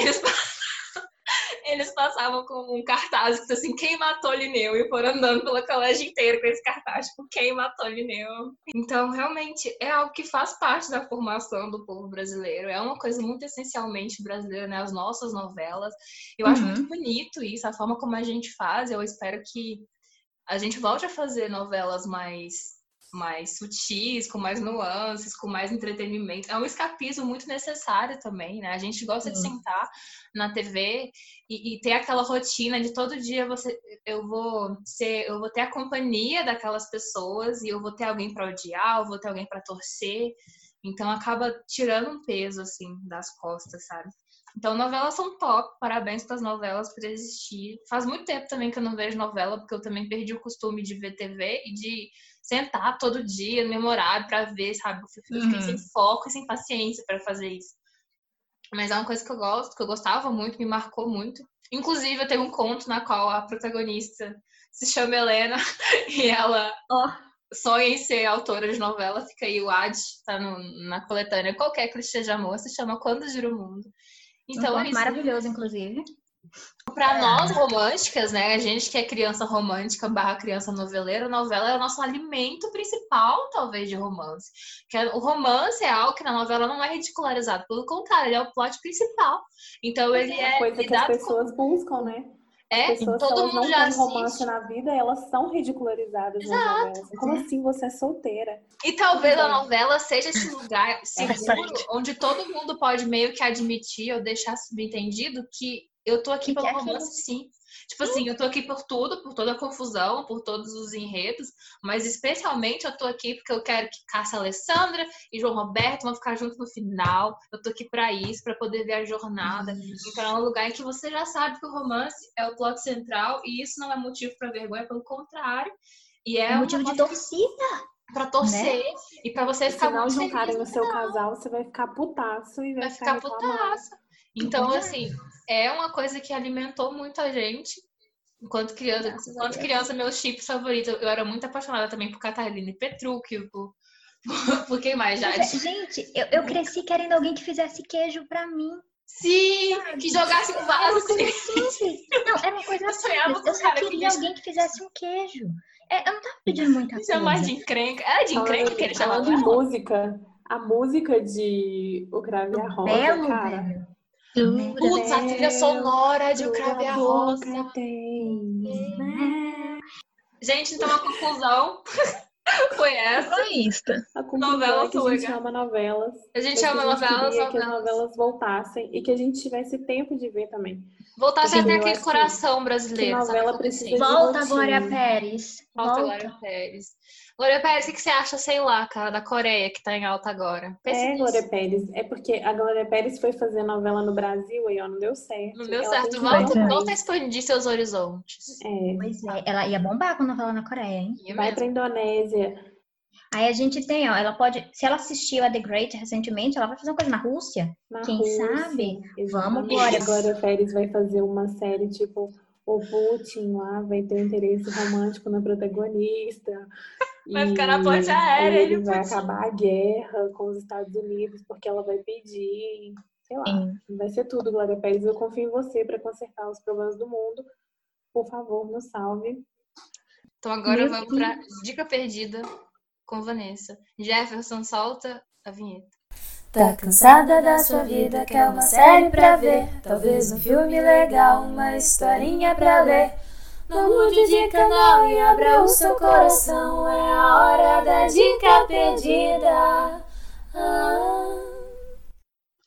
Eles passavam com um cartaz que assim, quem matou Linneu? E foram andando pelo colégio inteiro com esse cartaz, tipo, quem matou Linneu? Então, realmente, é algo que faz parte da formação do povo brasileiro. É uma coisa muito essencialmente brasileira, né? As nossas novelas. Eu acho muito bonito isso, a forma como a gente faz. Eu espero que a gente volte a fazer novelas mais sutis, com mais nuances, com mais entretenimento. É um escapismo muito necessário também, né? A gente gosta de sentar na TV e ter aquela rotina de todo dia eu vou ter a companhia daquelas pessoas e eu vou ter alguém para odiar, eu vou ter alguém para torcer. Então acaba tirando um peso assim das costas, sabe? Então, novelas são top. Parabéns para as novelas por existir. Faz muito tempo também que eu não vejo novela, porque eu também perdi o costume de ver TV e de sentar todo dia no meu horário para ver, sabe? Eu fiquei sem foco e sem paciência para fazer isso. Mas é uma coisa que eu gosto, que eu gostava muito, me marcou muito. Inclusive, eu tenho um conto na qual a protagonista se chama Helena e ela sonha em ser autora de novela. Fica aí o ad, tá na coletânea. Qualquer que esteja amor, se chama Quando Gira o Mundo. Então, conto maravilhoso, inclusive. Para nós românticas, né? A gente que é criança romântica / criança noveleira, a novela é o nosso alimento principal, talvez, de romance. O romance é algo que na novela não é ridicularizado, pelo contrário, ele é o plot principal. Então ele é coisa que as pessoas buscam, né? As pessoas, todo se elas mundo não já têm assiste. Romance na vida, elas são ridicularizadas nas novelas. Como assim você é solteira? E talvez a novela seja esse lugar seguro onde todo mundo pode meio que admitir ou deixar subentendido que eu tô aqui pelo romance, sim. Tipo assim, eu tô aqui por tudo, por toda a confusão, por todos os enredos, mas especialmente eu tô aqui porque eu quero que Cássia Alessandra e João Roberto vão ficar juntos no final. Eu tô aqui pra isso, pra poder ver a jornada. Então é um lugar em que você já sabe que o romance é o plot central e isso não é motivo pra vergonha, pelo contrário. E é motivo de torcida. Pra torcer, né? E pra você ficar muito feliz. Se não juntarem no seu casal, você vai ficar putaço e vai ficar putaço. Então, assim, é uma coisa que alimentou muito a gente enquanto criança, meus chips favoritos. Eu era muito apaixonada também por Catarina e Petrúquio, por quem mais, já? Gente, eu cresci querendo alguém que fizesse queijo pra mim. Sim, sabe? Que jogasse um vaso. Não, era uma coisa simples. Eu só queria alguém que fizesse um queijo. Eu não tava pedindo muita coisa. Chamar de encrenca. Era de encrenca que ele chamava. De música, a música de O Cravo e a Rosa, cara. Velho. Putz, a trilha sonora de O Cravo e a Rosa. Gente, então a conclusão foi essa. A conclusão é que a gente ama novelas. A gente ama novelas. Que as novelas voltassem e que a gente tivesse tempo de ver também. Voltasse até aquele coração brasileiro. Que novela precisa Volta, Glória Pérez. Volta, Glória Pérez. Glória Pérez, o que você acha, sei lá, cara, da Coreia, que tá em alta agora? Glória Pérez. É porque a Glória Pérez foi fazer novela no Brasil e não deu certo. Não deu certo. Volta a expandir seus horizontes. Pois é, ela ia bombar com a novela na Coreia, hein? Vai pra Indonésia. Aí a gente tem, ela pode... Se ela assistiu a The Great recentemente, ela vai fazer uma coisa na Rússia. Quem sabe? Vamos, Glória. A Glória Pérez vai fazer uma série, tipo, o Putin lá vai ter um interesse romântico na protagonista. Vai ficar na ponte aérea. Ele vai acabar a guerra com os Estados Unidos, porque ela vai pedir... Sei lá, vai ser tudo, Glória Pérez. Eu confio em você para consertar os problemas do mundo. Por favor, nos salve. Então agora vamos pra Dica Perdida com Vanessa. Jefferson, solta a vinheta. Tá cansada da sua vida, quer uma série pra ver? Talvez um filme legal, uma historinha pra ler. Não mude de canal e abra o seu coração. É a hora da Dica Perdida.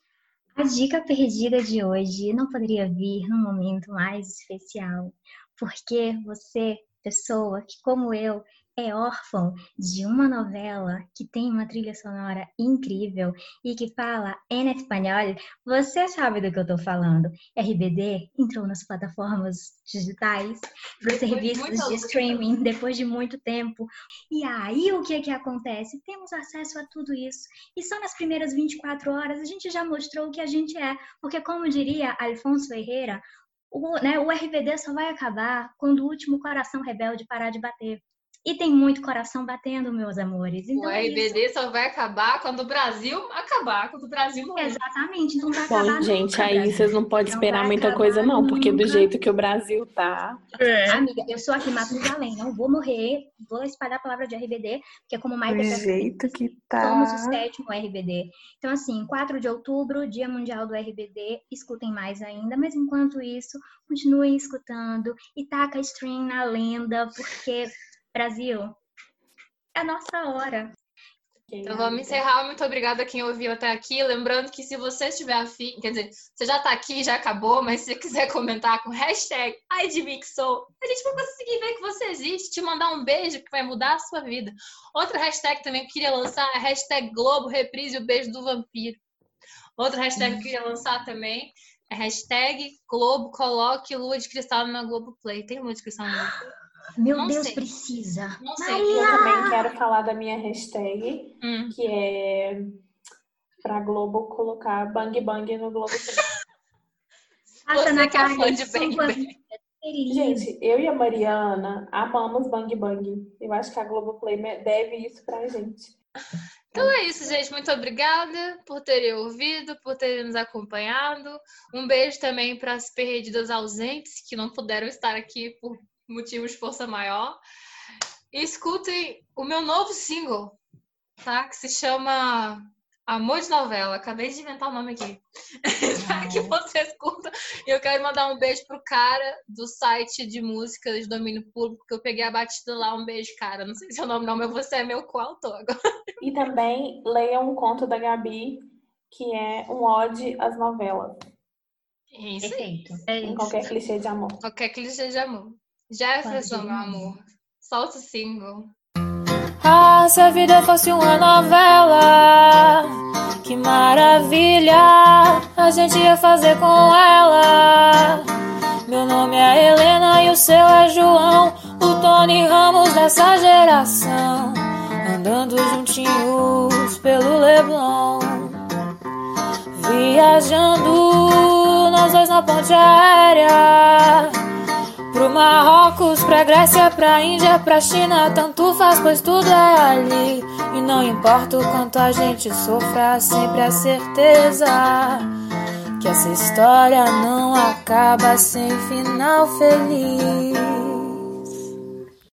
A dica perdida de hoje não poderia vir num momento mais especial, porque você, pessoa que, como eu, é órfão de uma novela que tem uma trilha sonora incrível e que fala em espanhol, você sabe do que eu tô falando. RBD entrou nas plataformas digitais, nos serviços de streaming, depois de muito tempo. E aí, o que acontece? Temos acesso a tudo isso. E só nas primeiras 24 horas a gente já mostrou o que a gente é. Porque, como diria Alfonso Herrera, o RBD só vai acabar quando o último coração rebelde parar de bater. E tem muito coração batendo, meus amores. Então, o RBD só vai acabar quando o Brasil acabar, quando o Brasil morrer. Exatamente, não vai acabar. Bom, gente, nunca, aí Brasil. vocês não podem esperar muita coisa, não, porque do jeito que o Brasil tá. Amiga, eu sou aqui Matusalém, não vou morrer, vou espalhar a palavra de RBD, porque como mais Do jeito que tá. somos o 7º RBD. Então, assim, 4 de outubro, Dia Mundial do RBD, escutem mais ainda, mas enquanto isso, continuem escutando e taca stream na lenda, porque Brasil, é a nossa hora. Então vamos encerrar. Muito obrigada a quem ouviu até aqui. Lembrando que se você estiver afim, quer dizer, você já tá aqui, já acabou, mas se você quiser comentar com hashtag #IDMixou, a gente vai conseguir ver que você existe, te mandar um beijo que vai mudar a sua vida. Outra hashtag também que eu queria lançar é a hashtag Globo Reprise o Beijo do Vampiro. Outra hashtag que eu queria lançar também é hashtag Globo Coloque Lua de Cristal na Globoplay. Tem Lua de Cristal na Globoplay? Meu Não Deus, sei. precisa. Não sei. Eu também quero falar da minha hashtag, que é pra Globo colocar Bang Bang no Globo. Passa na que é cara fã de sua Bang Bang. vida feliz. Gente, eu e a Mariana amamos Bang Bang. Eu acho que a Globoplay deve isso pra gente. Então é isso, gente. Muito obrigada por terem ouvido, por terem nos acompanhado. Um beijo também para as perdidas ausentes que não puderam estar aqui por motivos de força maior. E escutem o meu novo single, tá? Que se chama Amor de Novela. Acabei de inventar o nome aqui. Que você escuta. E eu quero mandar um beijo pro cara do site de música de domínio público, que eu peguei a batida lá. Um beijo, cara. Não sei se é o nome não, mas você é meu coautor agora. E também leiam um conto da Gabi, que é um ode às novelas. Isso. Perfeito. Em qualquer clichê de amor. Qualquer clichê de amor. Jefferson, meu amor. Solta o single. Ah, se a vida fosse uma novela, que maravilha a gente ia fazer com ela. Meu nome é Helena e o seu é João, o Tony Ramos dessa geração, andando juntinhos pelo Leblon, viajando nós dois na ponte aérea, pro Marrocos, pra Grécia, pra Índia, pra China, tanto faz, pois tudo é ali. E não importa o quanto a gente sofra, sempre a certeza que essa história não acaba sem final feliz.